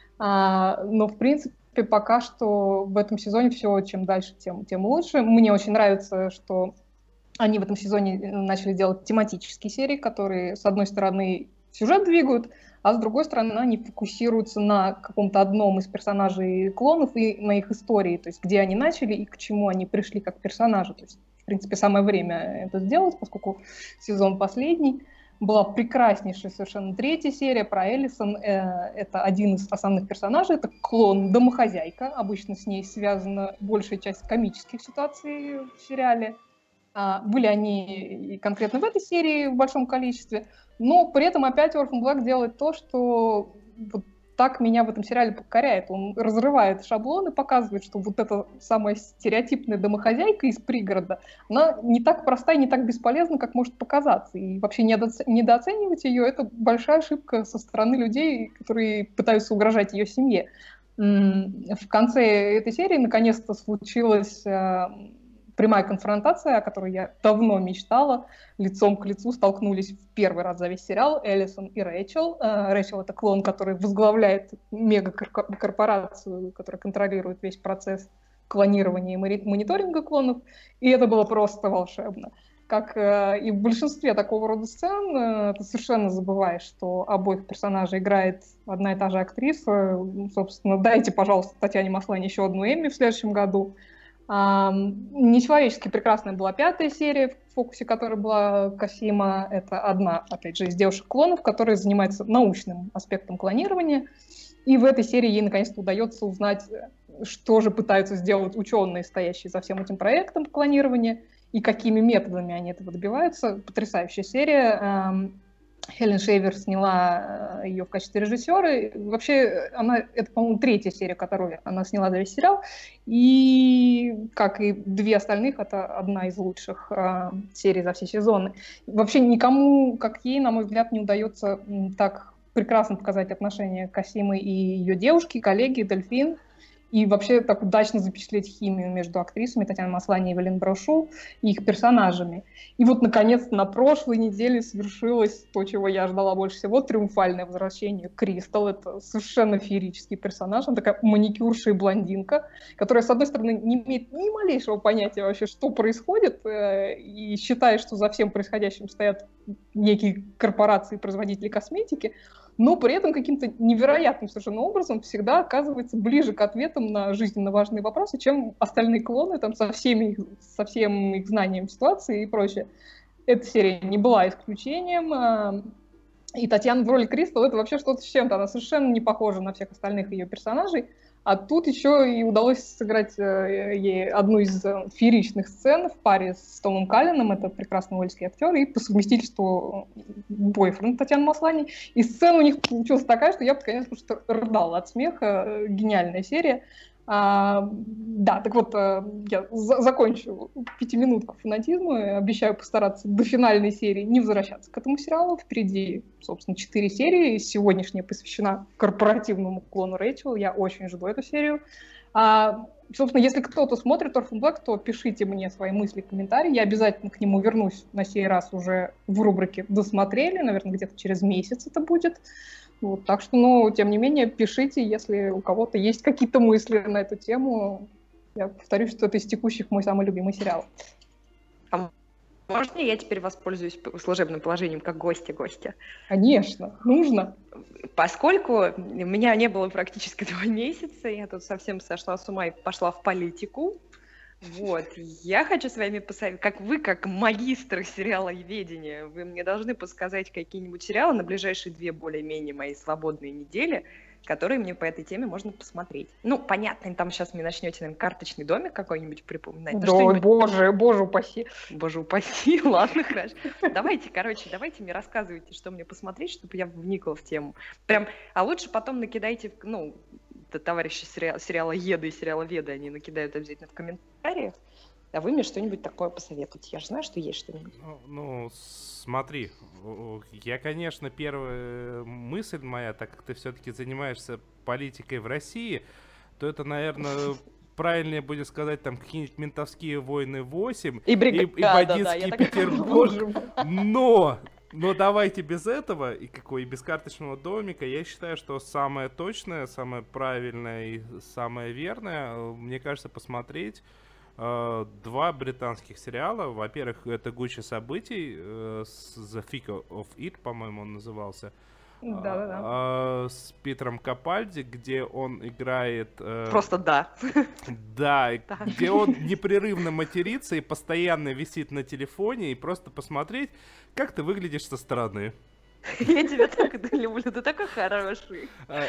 А, но, в принципе, пока что в этом сезоне все, чем дальше, тем, тем лучше. Мне очень нравится, что они в этом сезоне начали делать тематические серии, которые, с одной стороны, сюжет двигают, а с другой стороны, они фокусируются на каком-то одном из персонажей клонов и на их истории, то есть где они начали и к чему они пришли как персонажи. То есть, в принципе, самое время это сделать, поскольку сезон последний. Была прекраснейшая совершенно третья серия про Элисон. Это один из основных персонажей, это клон-домохозяйка. Обычно с ней связана большая часть комических ситуаций в сериале. Были они и конкретно в этой серии в большом количестве, но при этом опять Orphan Black делает то, что вот так меня в этом сериале покоряет. Он разрывает шаблоны, показывает, что вот эта самая стереотипная домохозяйка из пригорода, она не так простая, не так бесполезна, как может показаться. И вообще недооценивать ее — это большая ошибка со стороны людей, которые пытаются угрожать ее семье. В конце этой серии наконец-то случилось... прямая конфронтация, о которой я давно мечтала, лицом к лицу столкнулись в первый раз за весь сериал Элисон и Рэйчел. Рэйчел — это клон, который возглавляет мегакорпорацию, которая контролирует весь процесс клонирования и мониторинга клонов, и это было просто волшебно. Как и в большинстве такого рода сцен, ты совершенно забываешь, что обоих персонажей играет одна и та же актриса. Собственно, дайте, пожалуйста, Татьяне Маслани еще одну Эмми в следующем году. Um, нечеловечески прекрасная была пятая серия, в фокусе которой была Касима. Это одна, опять же, из девушек-клонов, которая занимается научным аспектом клонирования. И в этой серии ей наконец-то удается узнать, что же пытаются сделать ученые, стоящие за всем этим проектом клонирования, и какими методами они этого добиваются. Потрясающая серия. Um, Хелен Шейвер сняла ее в качестве режиссера. Вообще, она, это, по-моему, третья серия, которую она сняла за весь сериал. И, как и две остальных, это одна из лучших э, серий за все сезоны. Вообще никому, как ей, на мой взгляд, не удается так прекрасно показать отношения Касимы и ее девушки, коллеги, Дельфин. И вообще так удачно запечатлеть химию между актрисами Татьяной Маслани и Эвелин Брошу и их персонажами. И вот, наконец, на прошлой неделе свершилось то, чего я ждала больше всего — триумфальное возвращение Кристал. Это совершенно феерический персонаж. Она такая маникюрша и блондинка, которая, с одной стороны, не имеет ни малейшего понятия вообще, что происходит, и считает, что за всем происходящим стоят некие корпорации, производители косметики, но при этом каким-то невероятным совершенно образом всегда оказывается ближе к ответам на жизненно важные вопросы, чем остальные клоны там, со, всеми их, со всем их знанием ситуации и прочее. Эта серия не была исключением. И Татьяна в роли Кристал — это вообще что-то с чем-то. Она совершенно не похожа на всех остальных ее персонажей. А тут еще и удалось сыграть ей одну из фееричных сцен в паре с Томом Калленом. Это прекрасный уэльский актер и по совместительству бойфренд Татьяны Маслани. И сцена у них получилась такая, что я, конечно, просто рыдала от смеха. Гениальная серия. А, да, так вот, я за- закончу пятиминутку фанатизма. Обещаю постараться до финальной серии не возвращаться к этому сериалу. Впереди, собственно, четыре серии. Сегодняшняя посвящена корпоративному клону Рэйчел. Я очень жду эту серию. А, собственно, если кто-то смотрит Orphan Black, то пишите мне свои мысли, комментарии. Я обязательно к нему вернусь на сей раз уже в рубрике «Досмотрели». Наверное, где-то через месяц это будет. Вот, так что, ну, тем не менее, пишите, если у кого-то есть какие-то мысли на эту тему. Я повторюсь, что это из текущих мой самый любимый сериал. А можно я теперь воспользуюсь служебным положением как гостя-гостя? Конечно, нужно. Поскольку у меня не было практически два месяца, я тут совсем сошла с ума и пошла в политику. Вот, я хочу с вами посоветовать, как вы, как магистр сериаловедения, вы мне должны подсказать какие-нибудь сериалы на ближайшие две более-менее мои свободные недели, которые мне по этой теме можно посмотреть. Ну, понятно, там сейчас мне начнете, наверное, «Карточный домик» какой-нибудь припоминать. Да, ой, боже, боже упаси. Боже упаси, ладно, хорошо. Давайте, короче, давайте мне рассказывайте, что мне посмотреть, чтобы я вникла в тему. Прям, а лучше потом накидайте, ну, товарищи сериала, сериала «Еды» и сериала «Веды», они накидают обязательно в комментариях, а вы мне что-нибудь такое посоветуете. Я же знаю, что есть что-нибудь. Ну, ну, смотри, я, конечно, первая мысль моя, так как ты все-таки занимаешься политикой в России, то это, наверное, правильнее будет сказать, там, какие-нибудь «Ментовские войны восемь» и, бригада, и, и «Бандитский да, да, Петербург». Но... Но давайте без этого, и какой, и без «Карточного домика», я считаю, что самое точное, самое правильное и самое верное, мне кажется, посмотреть э, два британских сериала. Во-первых, это «Гуща событий», э, с «The Thick of It», по-моему, он назывался. Да-да-да. Э, с Питером Капальди, где он играет... Э, Просто да. Да, где он непрерывно матерится и постоянно висит на телефоне, и просто посмотреть, как ты выглядишь со стороны. Я тебя так люблю, ты такой хороший.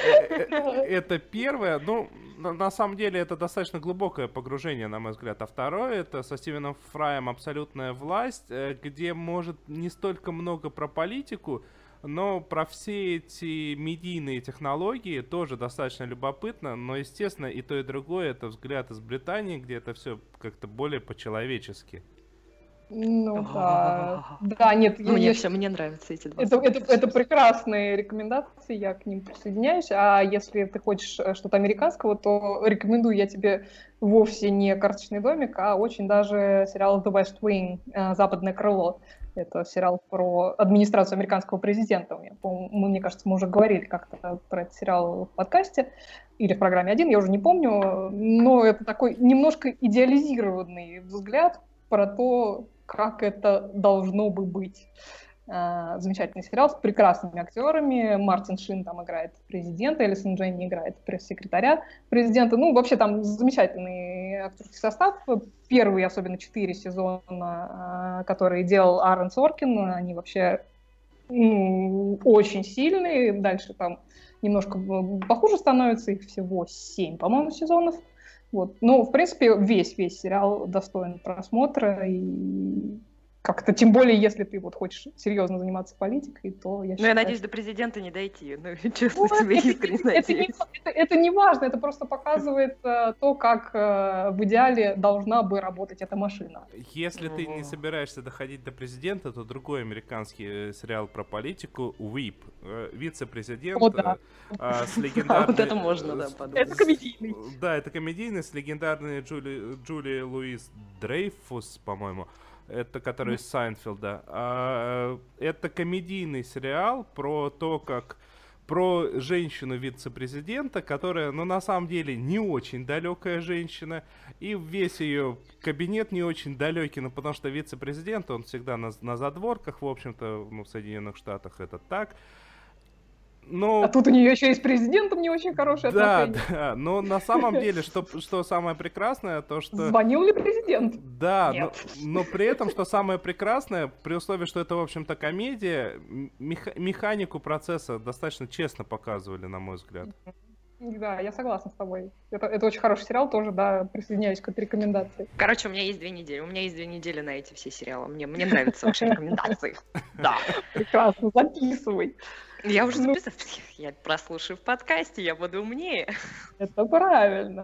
Это первое. Ну, на самом деле, это достаточно глубокое погружение, на мой взгляд. А второе, это со Стивеном Фраем «Абсолютная власть», где, может, не столько много про политику, но про все эти медийные технологии тоже достаточно любопытно. Но, естественно, и то, и другое — это взгляд из Британии, где это все как-то более по-человечески. Ну да, да, нет, мне я, все, мне нравятся эти два. Это, это, это прекрасные рекомендации, я к ним присоединяюсь. А если ты хочешь что-то американского, то рекомендую я тебе вовсе не «Карточный домик», а очень даже сериал «The West Wing», «Западное крыло». Это сериал про администрацию американского президента. Я, мне кажется, мы уже говорили как-то про этот сериал в подкасте или в программе один, я уже не помню. Но это такой немножко идеализированный взгляд про то, как это должно бы быть. Замечательный сериал с прекрасными актерами. Мартин Шин там играет президента, Элисон Дженни играет пресс-секретаря президента. Ну, вообще там замечательный актерский состав. Первые, особенно четыре сезона, которые делал Аарон Соркин, они вообще ну, очень сильные. Дальше там немножко похуже становится, их всего семь, по-моему, сезонов. Вот. Ну, в принципе, весь-весь сериал достоин просмотра, и как-то, тем более, если ты вот хочешь серьезно заниматься политикой, то я считаю... Ну, я надеюсь, до президента не дойти, ну, честно ну, тебе это, искренне это, надеюсь. это, не, это, это не важно, это просто показывает uh, то, как uh, в идеале должна бы работать эта машина. Если ты не собираешься доходить до президента, то другой американский сериал про политику «Уип». Вице-президент О, да. а, с легендарной... Вот это можно, да, подумать. Это комедийный. Да, это комедийный с легендарной Джули, Джули Луис Дрейфус, по-моему. Это который из Сайнфилда. А, это комедийный сериал про то, как про женщину вице-президента, которая, ну, на самом деле, не очень далекая женщина, и весь ее кабинет не очень далекий, ну, потому что вице-президент, он всегда на, на задворках, в общем-то, ну, в Соединенных Штатах это так. Но... А тут у нее еще и с президентом не очень хорошие да, отношения. Да, но на самом деле, что, что самое прекрасное, то что... Звонил ли президент? Да, но, но при этом, что самое прекрасное, при условии, что это, в общем-то, комедия, меха- механику процесса достаточно честно показывали, на мой взгляд. Да, я согласна с тобой. Это, это очень хороший сериал, тоже, да, присоединяюсь к этой рекомендации. Короче, у меня есть две недели. У меня есть две недели на эти все сериалы. Мне, мне нравятся ваши рекомендации. Да. Прекрасно, записывай. Я уже записала. Я прослушаю в подкасте, я буду умнее. Это правильно.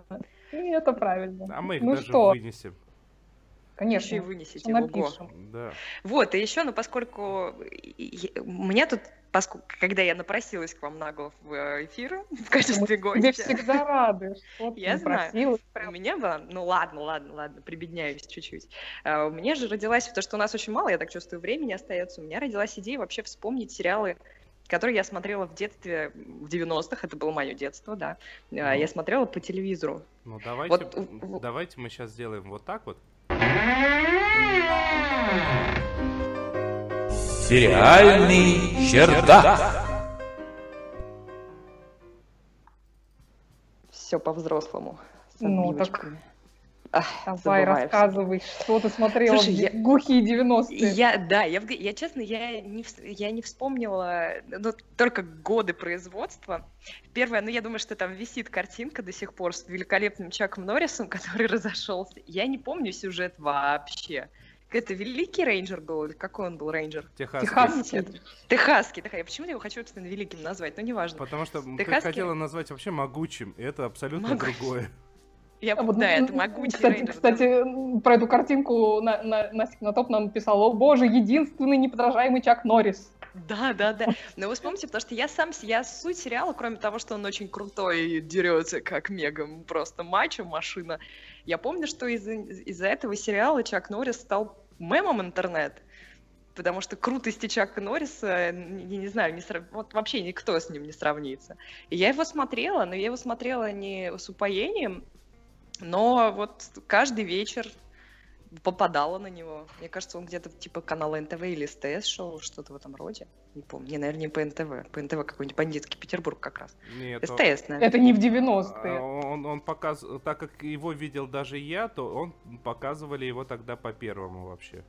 И это правильно. А мы их ну даже что? вынесем. Конечно. Еще и вынесете. Всё Ого. напишем. Да. Вот, и еще, ну, поскольку я- у меня тут, поскольку, когда я напросилась к вам нагло в э, эфир в качестве Тебе гостя, всегда рады, что ты Я не знаю. просила. у меня была, ну ладно, ладно, ладно, прибедняюсь чуть-чуть. А, У меня же родилась, потому что у нас очень мало, я так чувствую, времени остается, у меня родилась идея вообще вспомнить сериалы, которые я смотрела в детстве, в девяностых, это было мое детство, да. А, Я смотрела по телевизору. Ну давайте, Вот, в- в- давайте мы сейчас сделаем вот так вот. Сериальный чердак. Все по-взрослому. С Ну, так отбивочками. Ах, Давай, забываю всё. рассказывай, что ты смотрела Слушай, в я- глухие девяностые. Я, да, я, в- я честно, я не, вс- я не вспомнила, ну, только годы производства. Первое, ну, я думаю, что там висит картинка до сих пор с великолепным Чаком Норрисом, который разошелся. Я не помню сюжет вообще. Это Великий Рейнджер был, или какой он был Рейнджер? Техасский. Техасский. Техасский, Техасский. Почему я его хочу, собственно, Великим назвать? Ну, неважно. Потому что ты Техасский- хотела назвать вообще могучим, и это абсолютно Могучим. другое. Я, А вот, да, м, это могучий кстати, Рейнджер. кстати, м, про эту картинку на, на, Настя на топ нам писала: о боже, единственный неподражаемый Чак Норрис. Да, да, да. Но вы вспомните, потому что я сам, с- я суть сериала, кроме того, что он очень крутой и дерется как мега, просто мачо, машина. Я помню, что из-за из-за этого сериала Чак Норрис стал мемом интернет. Потому что крутости Чака Норриса, я не знаю, не срав- вот вообще никто с ним не сравнится. И я его смотрела, но я его смотрела не с упоением, но вот каждый вечер попадала на него. Мне кажется, он где-то типа канала эн тэ вэ или эс тэ эс шоу, что-то в этом роде. Не помню. Не, наверное, не по эн тэ вэ. По эн тэ вэ какой-нибудь бандитский Петербург как раз. Нет, эс тэ эс, наверное. Это не в а, девяностые. он, он показ... так как его видел даже я, то он показывали его тогда по первому вообще.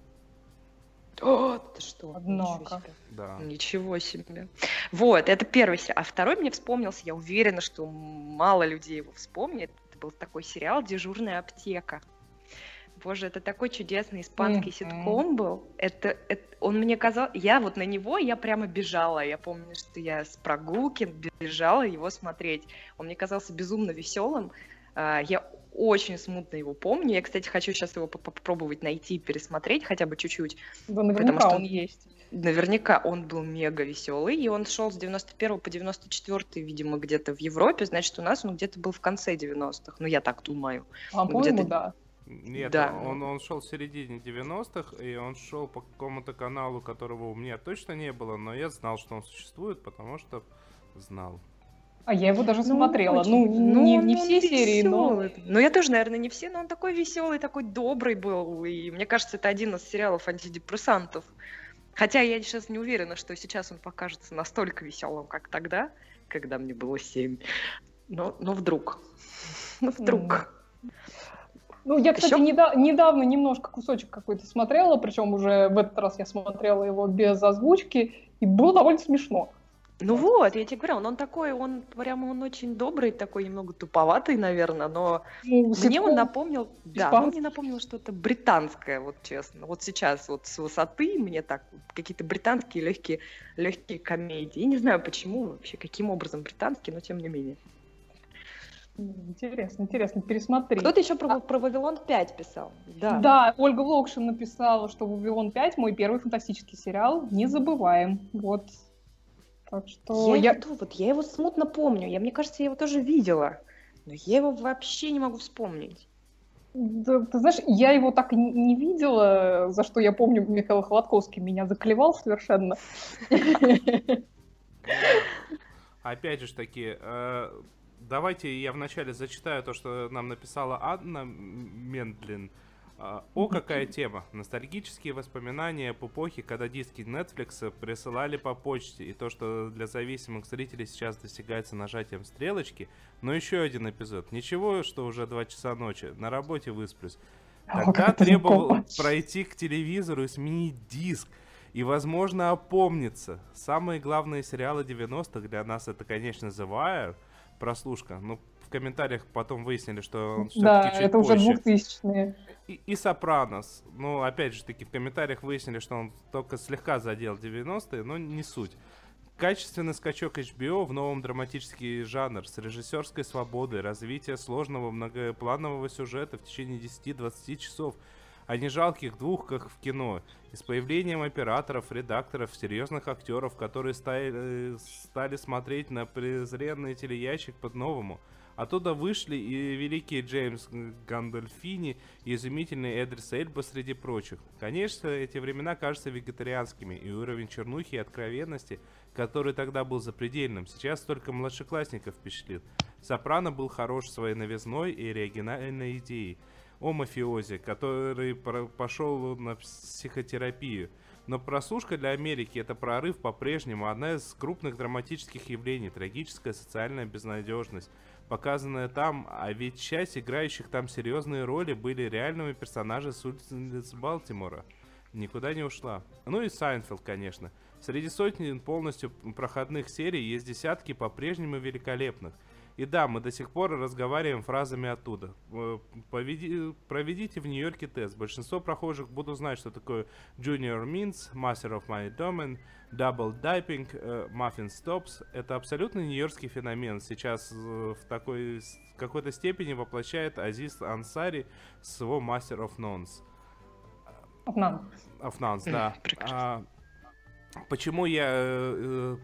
О, ты что? Однако. Ничего себе. Да. Ничего себе. Вот, это первый сериал. А второй мне вспомнился, я уверена, что мало людей его вспомнит. Это был такой сериал «Дежурная аптека». Боже, это такой чудесный испанский Мгм. ситком был. Это, это- он мне казал, я вот на него, я прямо бежала. Я помню, что я с прогулки бежала его смотреть. Он мне казался безумно веселым. А, Я очень смутно его помню. Я, кстати, хочу сейчас его поп- попробовать найти, пересмотреть хотя бы чуть-чуть. Да, наверняка что- он есть. Наверняка он был мега веселый, и он шел с девяносто первого по девяносто четвёртый, видимо, где-то в Европе. Значит, у нас он где-то был в конце девяностых. Ну, я так думаю. А, Ну, по-моему, где-то- да. Нет, Да. он, он шел в середине девяностых, и он шел по какому-то каналу, которого у меня точно не было, но я знал, что он существует, потому что знал. А я его даже Ну, смотрела. очень. Ну, не, он- не он все серии, но... весёлый. Ну, я тоже, наверное, не все, но он такой веселый, такой добрый был. И мне кажется, это один из сериалов антидепрессантов. Хотя я сейчас не уверена, что сейчас он покажется настолько веселым, как тогда, когда мне было семь. Но, но вдруг. Ну, вдруг. Ну, я, кстати, Ещё? неда- недавно немножко кусочек какой-то смотрела, причем уже в этот раз я смотрела его без озвучки, и было довольно смешно. Ну вот, я тебе говорю, он, он такой, он прямо он очень добрый, такой немного туповатый, наверное, но Ну, мне ситком. он напомнил, да, испанский. он мне напомнил что-то британское, вот честно. Вот сейчас вот с высоты мне так какие-то британские легкие, легкие комедии. Я не знаю почему вообще, каким образом британские, но тем не менее. Интересно, интересно, пересмотри. Кто-то еще про, про Вавилон пять писал. Да. Да, Ольга Локшин написала, что «Вавилон пять» мой первый фантастический сериал, не забываем. Вот. Так что Я, я... его, вот, я его смутно помню. Я, мне кажется, я его тоже видела. Но я его вообще не могу вспомнить. Да, ты знаешь, я его так и не не видела, за что я помню, Михаил Холодковский меня заклевал совершенно. Опять же таки, э, давайте я вначале зачитаю то, что нам написала Анна Мендлин. Э, О, какая тема! Ностальгические воспоминания об эпохе, когда диски Netflix присылали по почте, и то, что для зависимых зрителей сейчас достигается нажатием стрелочки. Но еще один эпизод. Ничего, что уже два часа ночи, на работе высплюсь. О, Тогда как это требовал знакомо. пройти к телевизору и сменить диск. И, возможно, опомниться. Самые главные сериалы девяностых для нас это, конечно, The Wire, прослушка. Ну, в комментариях потом выяснили, что он все-таки Да, чуть это уже позже. двухтысячные. И, и Сопранос. Ну, опять же таки, в комментариях выяснили, что он только слегка задел девяностые, но не суть. Качественный скачок эйч би о в новом драматический жанр с режиссерской свободой, развитие сложного многопланового сюжета в течение десяти-двадцати часов, а не жалких двух, как в кино, и с появлением операторов, редакторов, серьезных актеров, которые стали, стали смотреть на презренный телеящик по-новому. Оттуда вышли и великий Джеймс Гандольфини, и изумительный Эдрис Эльба среди прочих. Конечно, эти времена кажутся вегетарианскими, и уровень чернухи и откровенности, который тогда был запредельным, сейчас только младшеклассников впечатлит. «Сопрано» был хорош своей новизной и оригинальной идеей о мафиозе, который пошел на психотерапию. Но «Прослушка» для Америки — это прорыв по-прежнему, одна из крупных драматических явлений, трагическая социальная безнадежность, показанная там, а ведь часть играющих там серьезные роли были реальными персонажами с улиц Балтимора. Никуда не ушла. Ну и «Сайнфелд», конечно. Среди сотни полностью проходных серий есть десятки по-прежнему великолепных. И да, мы до сих пор разговариваем фразами оттуда. Поведи, проведите в Нью-Йорке тест. Большинство прохожих будут знать, что такое Junior Mints, Master of My Domain, Double Dipping, uh, Muffin Stops. Это абсолютно нью-йоркский феномен. Сейчас uh, в такой в какой-то степени воплощает Азиз Ансари с его Master of None. Of None. Of None, да. А, почему я... Uh,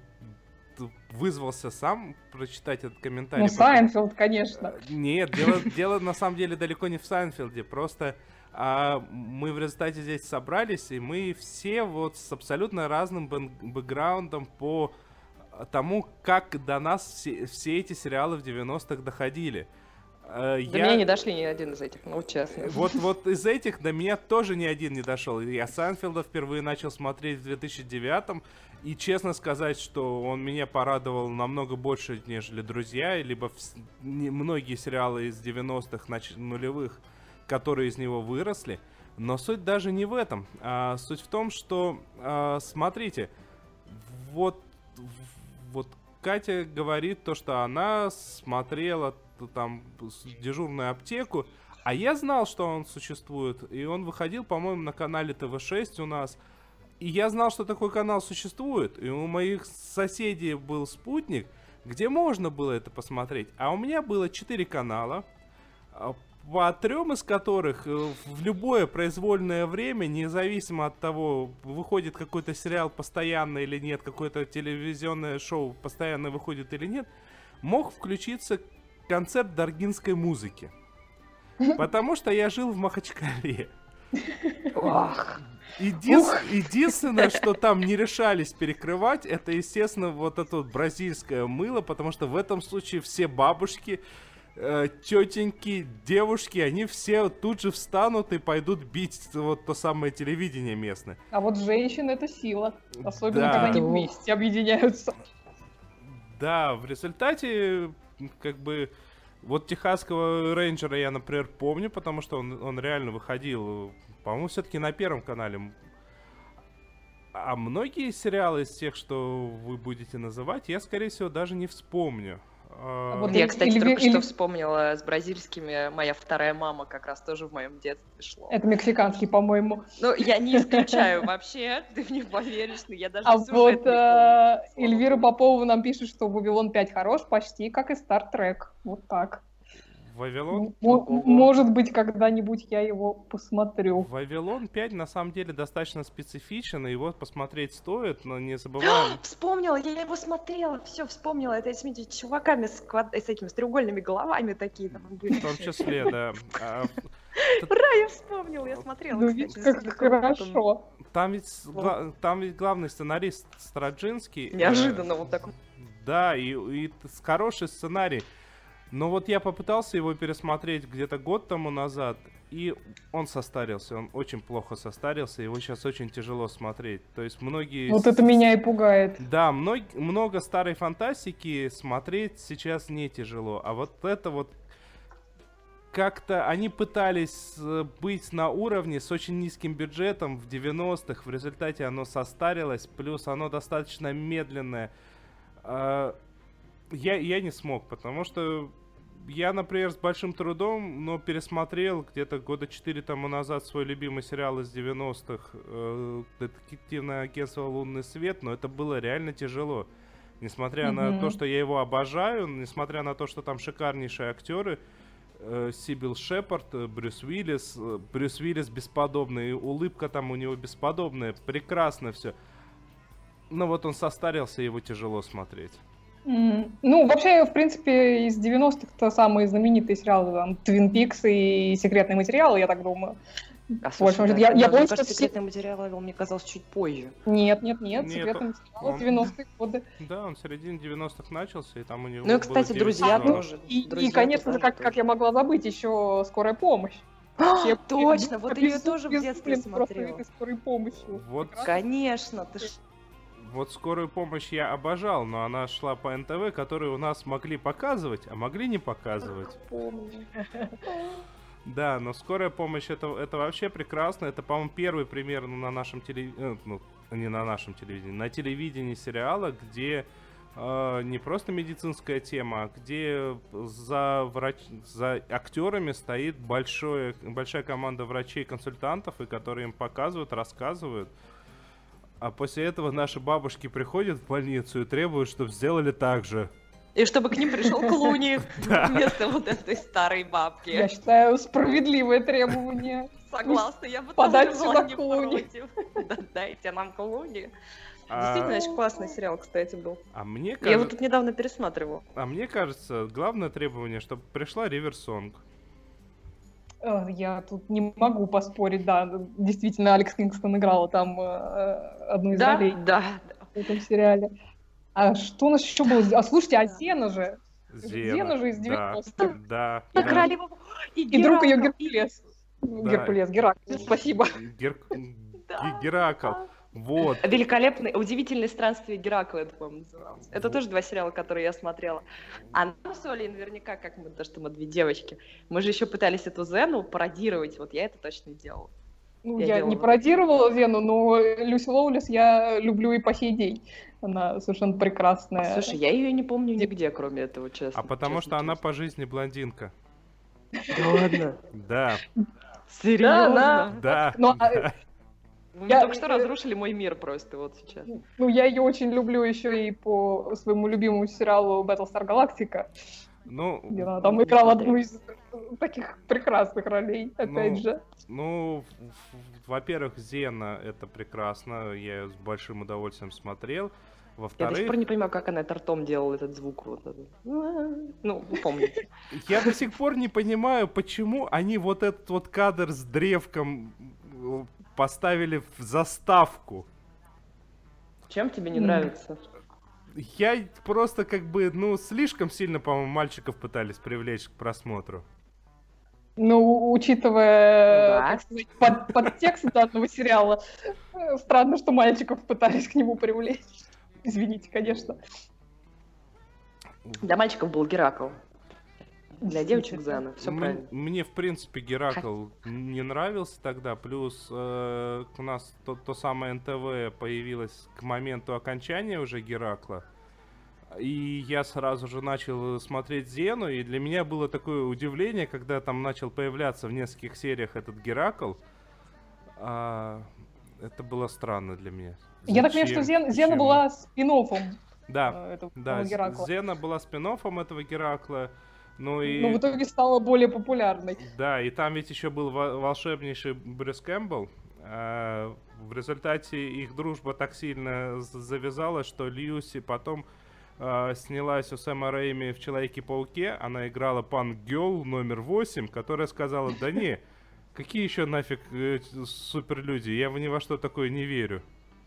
вызвался сам прочитать этот комментарий. Ну, Сайнфелд, конечно. Нет, дело, дело на самом деле далеко не в Сайнфелде. Просто а, мы в результате здесь собрались, и мы все вот с абсолютно разным бэкграундом по тому, как до нас все, все эти сериалы в девяностых доходили. До я... меня не дошли ни один из этих, ну честно. Вот, вот из этих до меня тоже ни один не дошел. Я Сайнфелда впервые начал смотреть в две тысячи девятом, и честно сказать, что он меня порадовал намного больше, нежели «Друзья», либо в... многие сериалы из девяностых, нач... нулевых, которые из него выросли. Но суть даже не в этом. А, суть в том, что, а, смотрите, вот, вот Катя говорит то, что она смотрела там дежурную аптеку, а я знал, что он существует, и он выходил, по-моему, на канале тэ вэ шесть у нас, и я знал, что такой канал существует, и у моих соседей был спутник, где можно было это посмотреть, а у меня было четыре канала, по трем из которых в любое произвольное время, независимо от того, выходит какой-то сериал постоянно или нет, какое-то телевизионное шоу постоянно выходит или нет, мог включиться концерт даргинской музыки. Потому что я жил в Махачкале. Един... Единственное, что там не решались перекрывать, это, естественно, вот это вот бразильское мыло, потому что в этом случае все бабушки, э, тетеньки, девушки, они все тут же встанут и пойдут бить вот то самое телевидение местное. А вот женщины — это сила. Особенно, да. когда они вместе объединяются. Да, в результате, как бы, вот «Техасского рейнджера» я, например, помню, потому что он, он реально выходил, по-моему, все-таки на Первом канале. А многие сериалы из тех, что вы будете называть, я, скорее всего, даже не вспомню. А вот я, кстати, или, только или... что вспомнила с бразильскими. «Моя вторая мама» как раз тоже в моем детстве шло. Это мексиканский, по-моему. Ну, я не исключаю вообще, ты мне поверишь, но я даже а сюжет вот, не помню. А вот Эльвира Попова нам пишет, что «Вавилон пять» хорош, почти как и «Стар Трек». Вот так. «Вавилон»? М- может быть, когда-нибудь я его посмотрю. «Вавилон пять» на самом деле достаточно специфичен, и его посмотреть стоит, но не забываем... Вспомнила, я его смотрела, все вспомнила. Это с этими чуваками с, квад... с этими с треугольными головами такие там были. В том числе, да. Ура, я вспомнила, я смотрела. Ну, видишь, как хорошо. Там ведь, гла... там ведь главный сценарист Страджинский. Неожиданно вот так. Да, и, и хороший сценарий. Но вот я попытался его пересмотреть где-то год тому назад, и он состарился, он очень плохо состарился, его сейчас очень тяжело смотреть. То есть многие... Вот это меня и пугает. Да, мног... много старой фантастики смотреть сейчас не тяжело, а вот это вот как-то они пытались быть на уровне с очень низким бюджетом в девяностых, в результате оно состарилось, плюс оно достаточно медленное. Я, я не смог, потому что я, например, с большим трудом, но пересмотрел где-то года четыре тому назад свой любимый сериал из девяностых, э, «Детективное агентство «Лунный свет», но это было реально тяжело. Несмотря Мгм. на то, что я его обожаю, несмотря на то, что там шикарнейшие актеры, э, Сибил Шепард, э, Брюс Уиллис, э, Брюс Уиллис бесподобный, и улыбка там у него бесподобная, прекрасно все. Но вот он состарился, его тяжело смотреть. М, Ну, вообще, в принципе, из девяностых-то самые знаменитые сериалы, там, Твин Пикс и Секретные материалы, я так думаю. А, В слушай, большем да, счете, я, мне я помню, кажется, что все- секретные материалы, он мне казался чуть позже. Нет, нет, нет, Нет, Секретные материалы он- девяностые годы. Да, он в середине девяностых начался, и там у него Ну и, было кстати, девять друзья сезонов. тоже. И, и, Друзья конечно же, тоже, как, тоже. как я могла забыть, еще «Скорая помощь». Все Точно, вот ее безумно, тоже в детстве безумно просто смотрела. этой «Скорой помощью». Вот, Конечно, ты ж... вот скорую помощь я обожал, но она шла по эн тэ вэ, которые у нас могли показывать, а могли не показывать. помню. Да, но скорая помощь это, это вообще прекрасно. Это, по-моему, первый пример на нашем телевидении, ну, не на нашем телевидении, на телевидении сериала, где э, не просто медицинская тема, а где за, врач... за актерами стоит большое, большая команда врачей-консультантов, и которые им показывают, рассказывают. А после этого наши бабушки приходят в больницу и требуют, чтобы сделали так же. И чтобы к ним пришел Клуни вместо вот этой старой Я бабки. считаю, справедливое требование. Согласна, я бы подать тоже сюда была не Клуни. против. Да, дайте нам Клуни. А, Действительно, очень классный сериал, кстати, был. а мне Я его кажется, тут недавно пересматривала. а мне кажется, главное требование, чтобы пришла Риверсонг. Э, Я тут не могу поспорить, да, действительно, Алекс Кингстон играла там э, одну из Да, ролей да. в этом сериале. А что у нас еще было? А слушайте, а Зена же, Зена, Зена же из да, девяностых. Да, И да. королева... И друг ее Геракл, и- Геркулес. Геркулес, Геракл, спасибо. Гер- Да. Ге- Геракл. Вот. Великолепный, удивительное странствие Геракла, это, по-моему, называлось. Это Вот. тоже два сериала, которые я смотрела. А нам с Олей наверняка, как мы, то, что мы две девочки, мы же еще пытались эту Зену пародировать, вот я это точно делала. Ну, Я я делала. не пародировала Зену, но Люси Лоулис я люблю и по сей день. Она совершенно прекрасная. Слушай, я ее не помню нигде, кроме этого, честно. А потому честно, что она честно. по жизни блондинка. Да ладно? Да, Серьезно? да. Ну, а, Вы Я- только что разрушили мой мир просто вот сейчас. ну, я ее очень люблю еще и по своему любимому сериалу Battlestar Galactica, Ну, где она там Не играла смотрела. одну из таких прекрасных ролей, опять Ну, же. ну, в- в- во-первых, Зена это прекрасно, я её с большим удовольствием смотрел. Я до сих Во-вторых, пор не понимаю, как она это ртом делала этот звук. Вот этот. Ну, вы помните. я до сих пор не понимаю, почему они вот этот вот кадр с древком э, поставили в заставку. Чем тебе не М. нравится? Я просто как бы, ну, слишком сильно, по-моему, мальчиков пытались привлечь к просмотру. Ну, учитывая, Ну да. так сказать, под, подтекст данного сериала, э, странно, что мальчиков пытались к нему привлечь. Извините, конечно. Для мальчиков был Геракл. Для девочек Зена. Все М- правильно. Мне, в принципе, Геракл не нравился тогда, плюс э, у нас то, то самое эн тэ вэ появилось к моменту окончания уже Геракла, и я сразу же начал смотреть Зену, и для меня было такое удивление, когда там начал появляться в нескольких сериях этот Геракл. А, это было странно для меня. Я так понимаю, что Зачем? Зен- Зена Почему? была спин-оффом Да, э, этого да, З- Геракла. Зена была спин-оффом этого Геракла, ну и... Но в итоге стала более популярной. Да, и там ведь еще был во- волшебнейший Брюс Кэмпбелл. А, в результате их дружба так сильно з- завязалась, что Льюси потом а, снялась у Сэма Рэйми в Человеке-пауке. Она играла Панк Гёрл номер восемь, которая сказала: да не, какие еще нафиг э, суперлюди, я в ни во что такое не верю.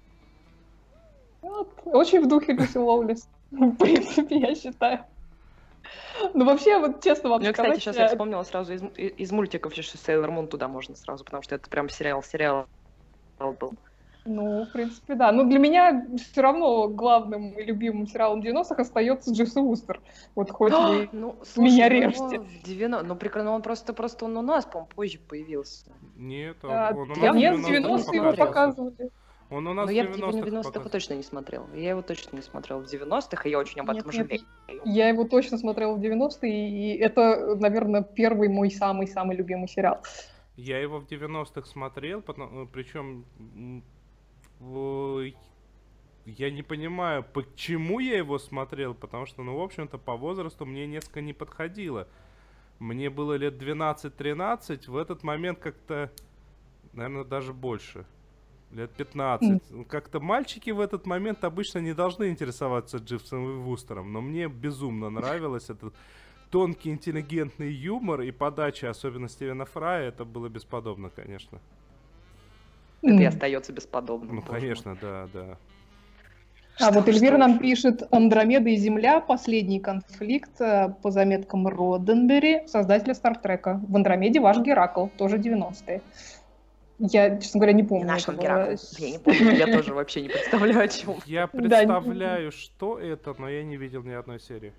Вот, очень в духе Люси Лоулис, в принципе, я считаю. Ну, вообще, вот честно вам Ну, и, кстати, сказать, сейчас я- я вспомнила сразу из, из, из мультиков еще Сейлор Мун туда можно сразу, потому что это прям сериал, сериал был. ну, в принципе, да. Но для меня все равно главным и любимым сериалом девяностых остается Дживс и Вустер. Вот хоть вы... Ну, меня ну, режьте. в девяностых, ну, прекрасно, он просто, просто он у нас, по-моему, позже появился. Нет, А, он у я нас нет, в в девяностые его смотрелся. показывали. Он у нас Но в я в девяностых девяностых показывал. точно не смотрела. Я его точно не смотрела в девяностых, и я очень об этом Нет, нет, жалею. Я его точно смотрела в девяностые, и это, наверное, первый мой самый-самый любимый сериал. Я его в девяностых смотрел, потом, причем м, в- я не понимаю, почему я его смотрел, потому что, ну, в общем-то, по возрасту мне несколько не подходило. Мне было лет двенадцать-тринадцать, в этот момент как-то, наверное, даже больше, лет пятнадцать. Mm. Как-то мальчики в этот момент обычно не должны интересоваться Дживсом и Вустером, но мне безумно нравилось этот тонкий, интеллигентный юмор и подача, особенно Стивена Фрая, это было бесподобно, конечно. Это и остается бесподобным. Ну, конечно, да, да. А вот Эльвира нам пишет: «Андромеда и Земля. Последний конфликт», по заметкам Родденбери, создателя Стартрека. В Андромеде ваш Геракл, тоже девяностые. Я, честно говоря, не помню. Наш Геракл. Я не помню, я тоже вообще не представляю, о чем. Я представляю, что это, но я не видел ни одной серии.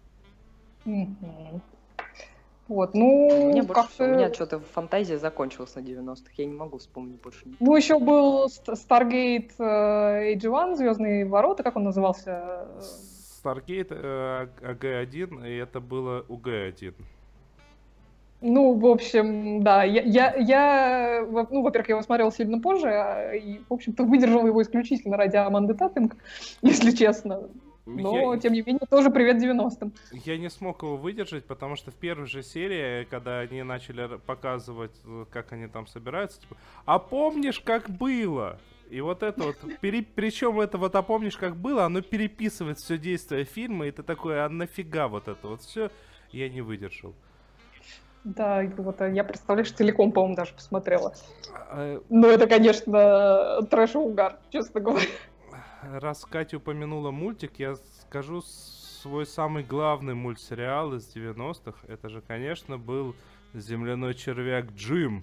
Вот, ну, у меня, больше, как-то... у меня что-то фантазия закончилась на девяностых, я не могу вспомнить больше ничего. Ну, еще был Stargate эйч один, Звездные ворота, как он назывался? Stargate эй джи один, и это было у джи один. Ну, в общем, да, я, я, я ну, во-первых, я его смотрела сильно позже, и, в общем-то, выдержала его исключительно ради Аманды Таппинг, если честно. Но, я, тем не менее, тоже привет девяностым. Я не смог его выдержать, потому что в первой же серии, когда они начали показывать, как они там собираются, типа, а помнишь, как было? И вот это вот, пере... причем это вот, а помнишь, как было, оно переписывает все действие фильма, и ты такой, а нафига вот это вот все, я не выдержал. Да, вот я, представляешь, целиком, по-моему, даже посмотрела. Ну, это, конечно, трэш и угар, честно говоря. Раз Катя упомянула мультик, я скажу свой самый главный мультсериал из девяностых. Это же, конечно, был «Земляной червяк Джим».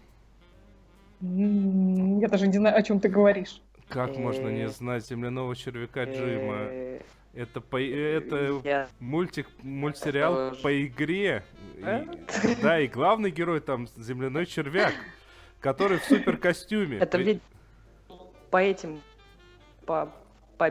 Я даже не знаю, о чем ты говоришь. Как можно не знать «Земляного червяка Джима»? Это, по, это мультик, мультсериал по игре. И, да, и главный герой там «Земляной червяк», который в суперкостюме. Это ведь по этим... по... По,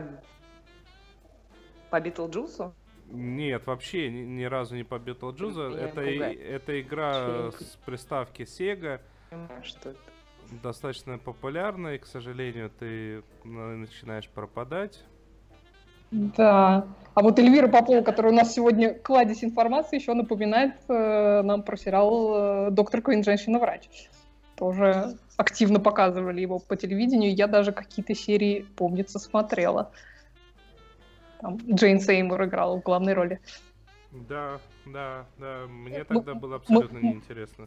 по Битлджусу? Нет, вообще ни, ни разу не по Битлджусу. Это, это игра с приставки Sega. Что это? Достаточно популярная, и, к сожалению, ты начинаешь пропадать. Да. А вот Эльвира Попова, которая у нас сегодня кладезь информации, еще напоминает э, нам про сериал «Доктор Куин. Женщина-врач». Тоже активно показывали его по телевидению. Я даже какие-то серии, помнится, смотрела. Там Джейн Сеймур играла в главной роли. Да, да, да. Мне тогда было абсолютно неинтересно.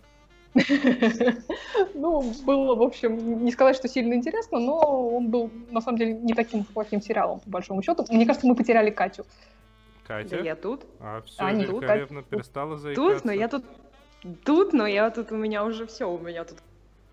Ну, было, в общем, не сказать, что сильно интересно, но он был, на самом деле, не таким плохим сериалом, по большому счету. Мне кажется, мы потеряли Катю. Катя? Да я тут. А, все, великолепно, перестала заикаться. Тут, но я тут... Тут, но я тут, у меня уже все, у меня тут...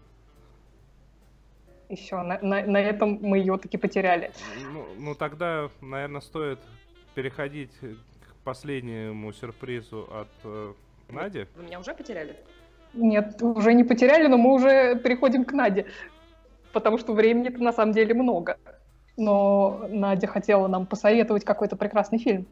Еще на, на, на этом мы ее таки потеряли. Ну, ну тогда, наверное, стоит переходить к последнему сюрпризу от э, Нади. Вы меня уже потеряли? Нет, уже не потеряли, но мы уже переходим к Наде, потому что времени-то на самом деле много. Но Надя хотела нам посоветовать какой-то прекрасный фильм.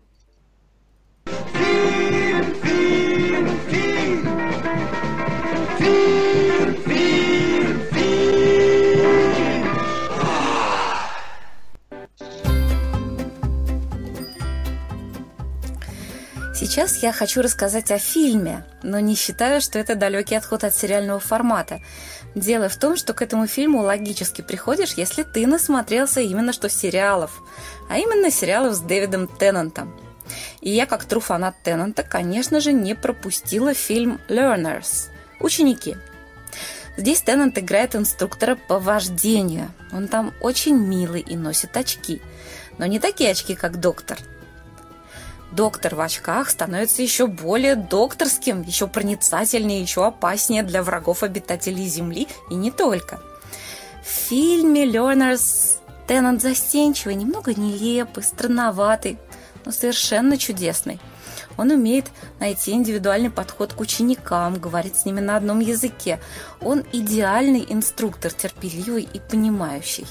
Сейчас я хочу рассказать о фильме, но не считаю, что это далекий отход от сериального формата. Дело в том, что к этому фильму логически приходишь, если ты насмотрелся именно что сериалов, а именно сериалов с Дэвидом Теннантом. И я, как тру фанат Теннанта, конечно же, не пропустила фильм «Learners» – «Ученики». Здесь Теннант играет инструктора по вождению. Он там очень милый и носит очки, но не такие очки, как доктор. Доктор в очках становится еще более докторским, еще проницательнее, еще опаснее для врагов обитателей Земли, и не только. В фильме «Learners» Теннант застенчивый, немного нелепый, странноватый, но совершенно чудесный. Он умеет найти индивидуальный подход к ученикам, говорит с ними на одном языке. Он идеальный инструктор, терпеливый и понимающий.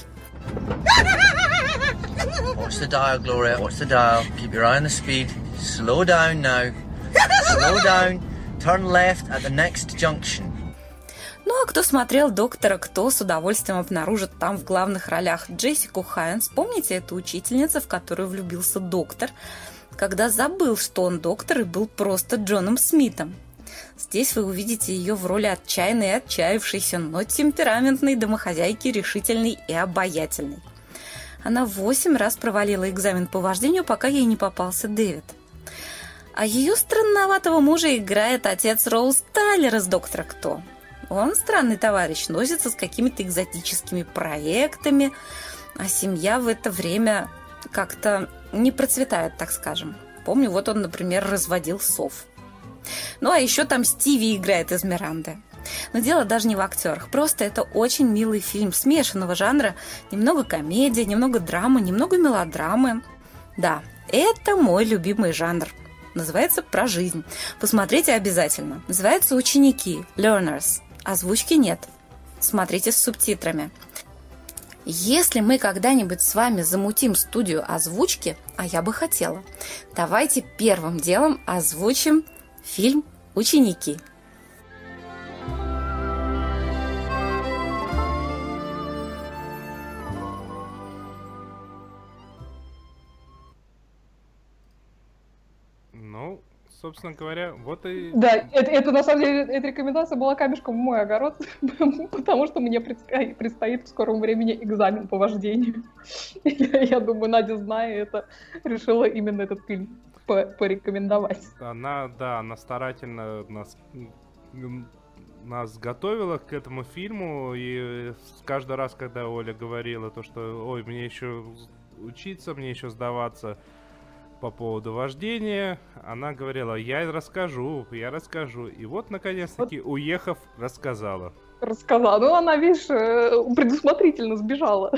Watch the dial, Gloria. Watch the dial. Keep your eye on the speed. Slow down now. Slow down. Turn left at the next junction. Ну а кто смотрел «Доктора Кто», с удовольствием обнаружит там в главных ролях Джессику Хайнс. Помните эту учительницу, в которую влюбился доктор, когда забыл, что он доктор и был просто Джоном Смитом? Здесь вы увидите ее в роли отчаянной и отчаявшейся, но темпераментной домохозяйки, решительной и обаятельной. Она восемь раз провалила экзамен по вождению, пока ей не попался Дэвид. А ее странноватого мужа играет отец Роуз Тайлер из «Доктора Кто». Он странный товарищ, носится с какими-то экзотическими проектами, а семья в это время как-то не процветает, так скажем. Помню, вот он, например, разводил сов. Ну, а еще там Стиви играет из «Миранды». Но дело даже не в актерах, просто это очень милый фильм смешанного жанра, немного комедии, немного драмы, немного мелодрамы. Да, это мой любимый жанр. Называется «Про жизнь». Посмотрите обязательно. Называется «Ученики», «Learners». Озвучки нет. Смотрите с субтитрами. Если мы когда-нибудь с вами замутим студию озвучки, а я бы хотела, давайте первым делом озвучим фильм «Ученики». Ну, собственно говоря, вот и... Да, это, это на самом деле, эта рекомендация была камешком в мой огород, потому что мне предстоит, предстоит в скором времени экзамен по вождению. Я, я думаю, Надя, зная это, решила именно этот фильм порекомендовать. Она, да, она старательно нас, нас готовила к этому фильму, и каждый раз, когда Оля говорила то, что ой, мне еще учиться, мне еще сдаваться по поводу вождения, она говорила, я расскажу, я расскажу. И вот, наконец-таки, вот. Уехав, рассказала. Рассказала. Ну, она, видишь, предусмотрительно сбежала.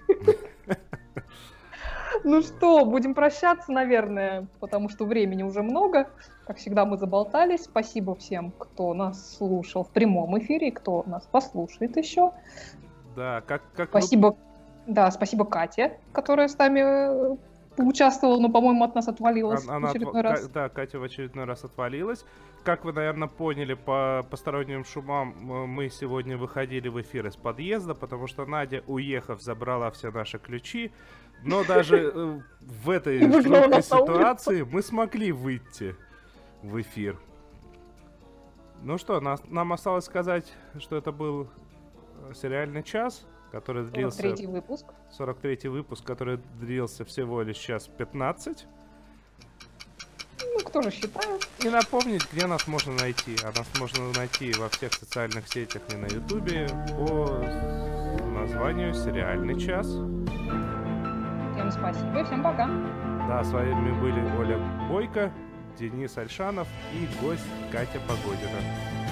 Ну что, будем прощаться, наверное, потому что времени уже много. Как всегда, мы заболтались. Спасибо всем, кто нас слушал в прямом эфире, кто нас послушает еще. Да, как... как спасибо, вы... да, спасибо Кате, которая с нами поучаствовала, но, по-моему, от нас отвалилась она, в очередной отв... раз. Да, Катя в очередной раз отвалилась. Как вы, наверное, поняли по посторонним шумам, мы сегодня выходили в эфир из подъезда, потому что Надя, уехав, забрала все наши ключи. Но даже в этой жуткой ситуации мы смогли выйти в эфир. Ну что, нас, нам осталось сказать, что это был сериальный час, который длился... сорок третий выпуск. сорок третий выпуск, который длился всего лишь час пятнадцать. Ну, кто же считает? И напомнить, где нас можно найти. А нас можно найти во всех социальных сетях и на Ютубе по названию «Сериальный час». Всем спасибо, всем пока. Да, с вами были Оля Бойко, Денис Альшанов и гость Катя Погодина.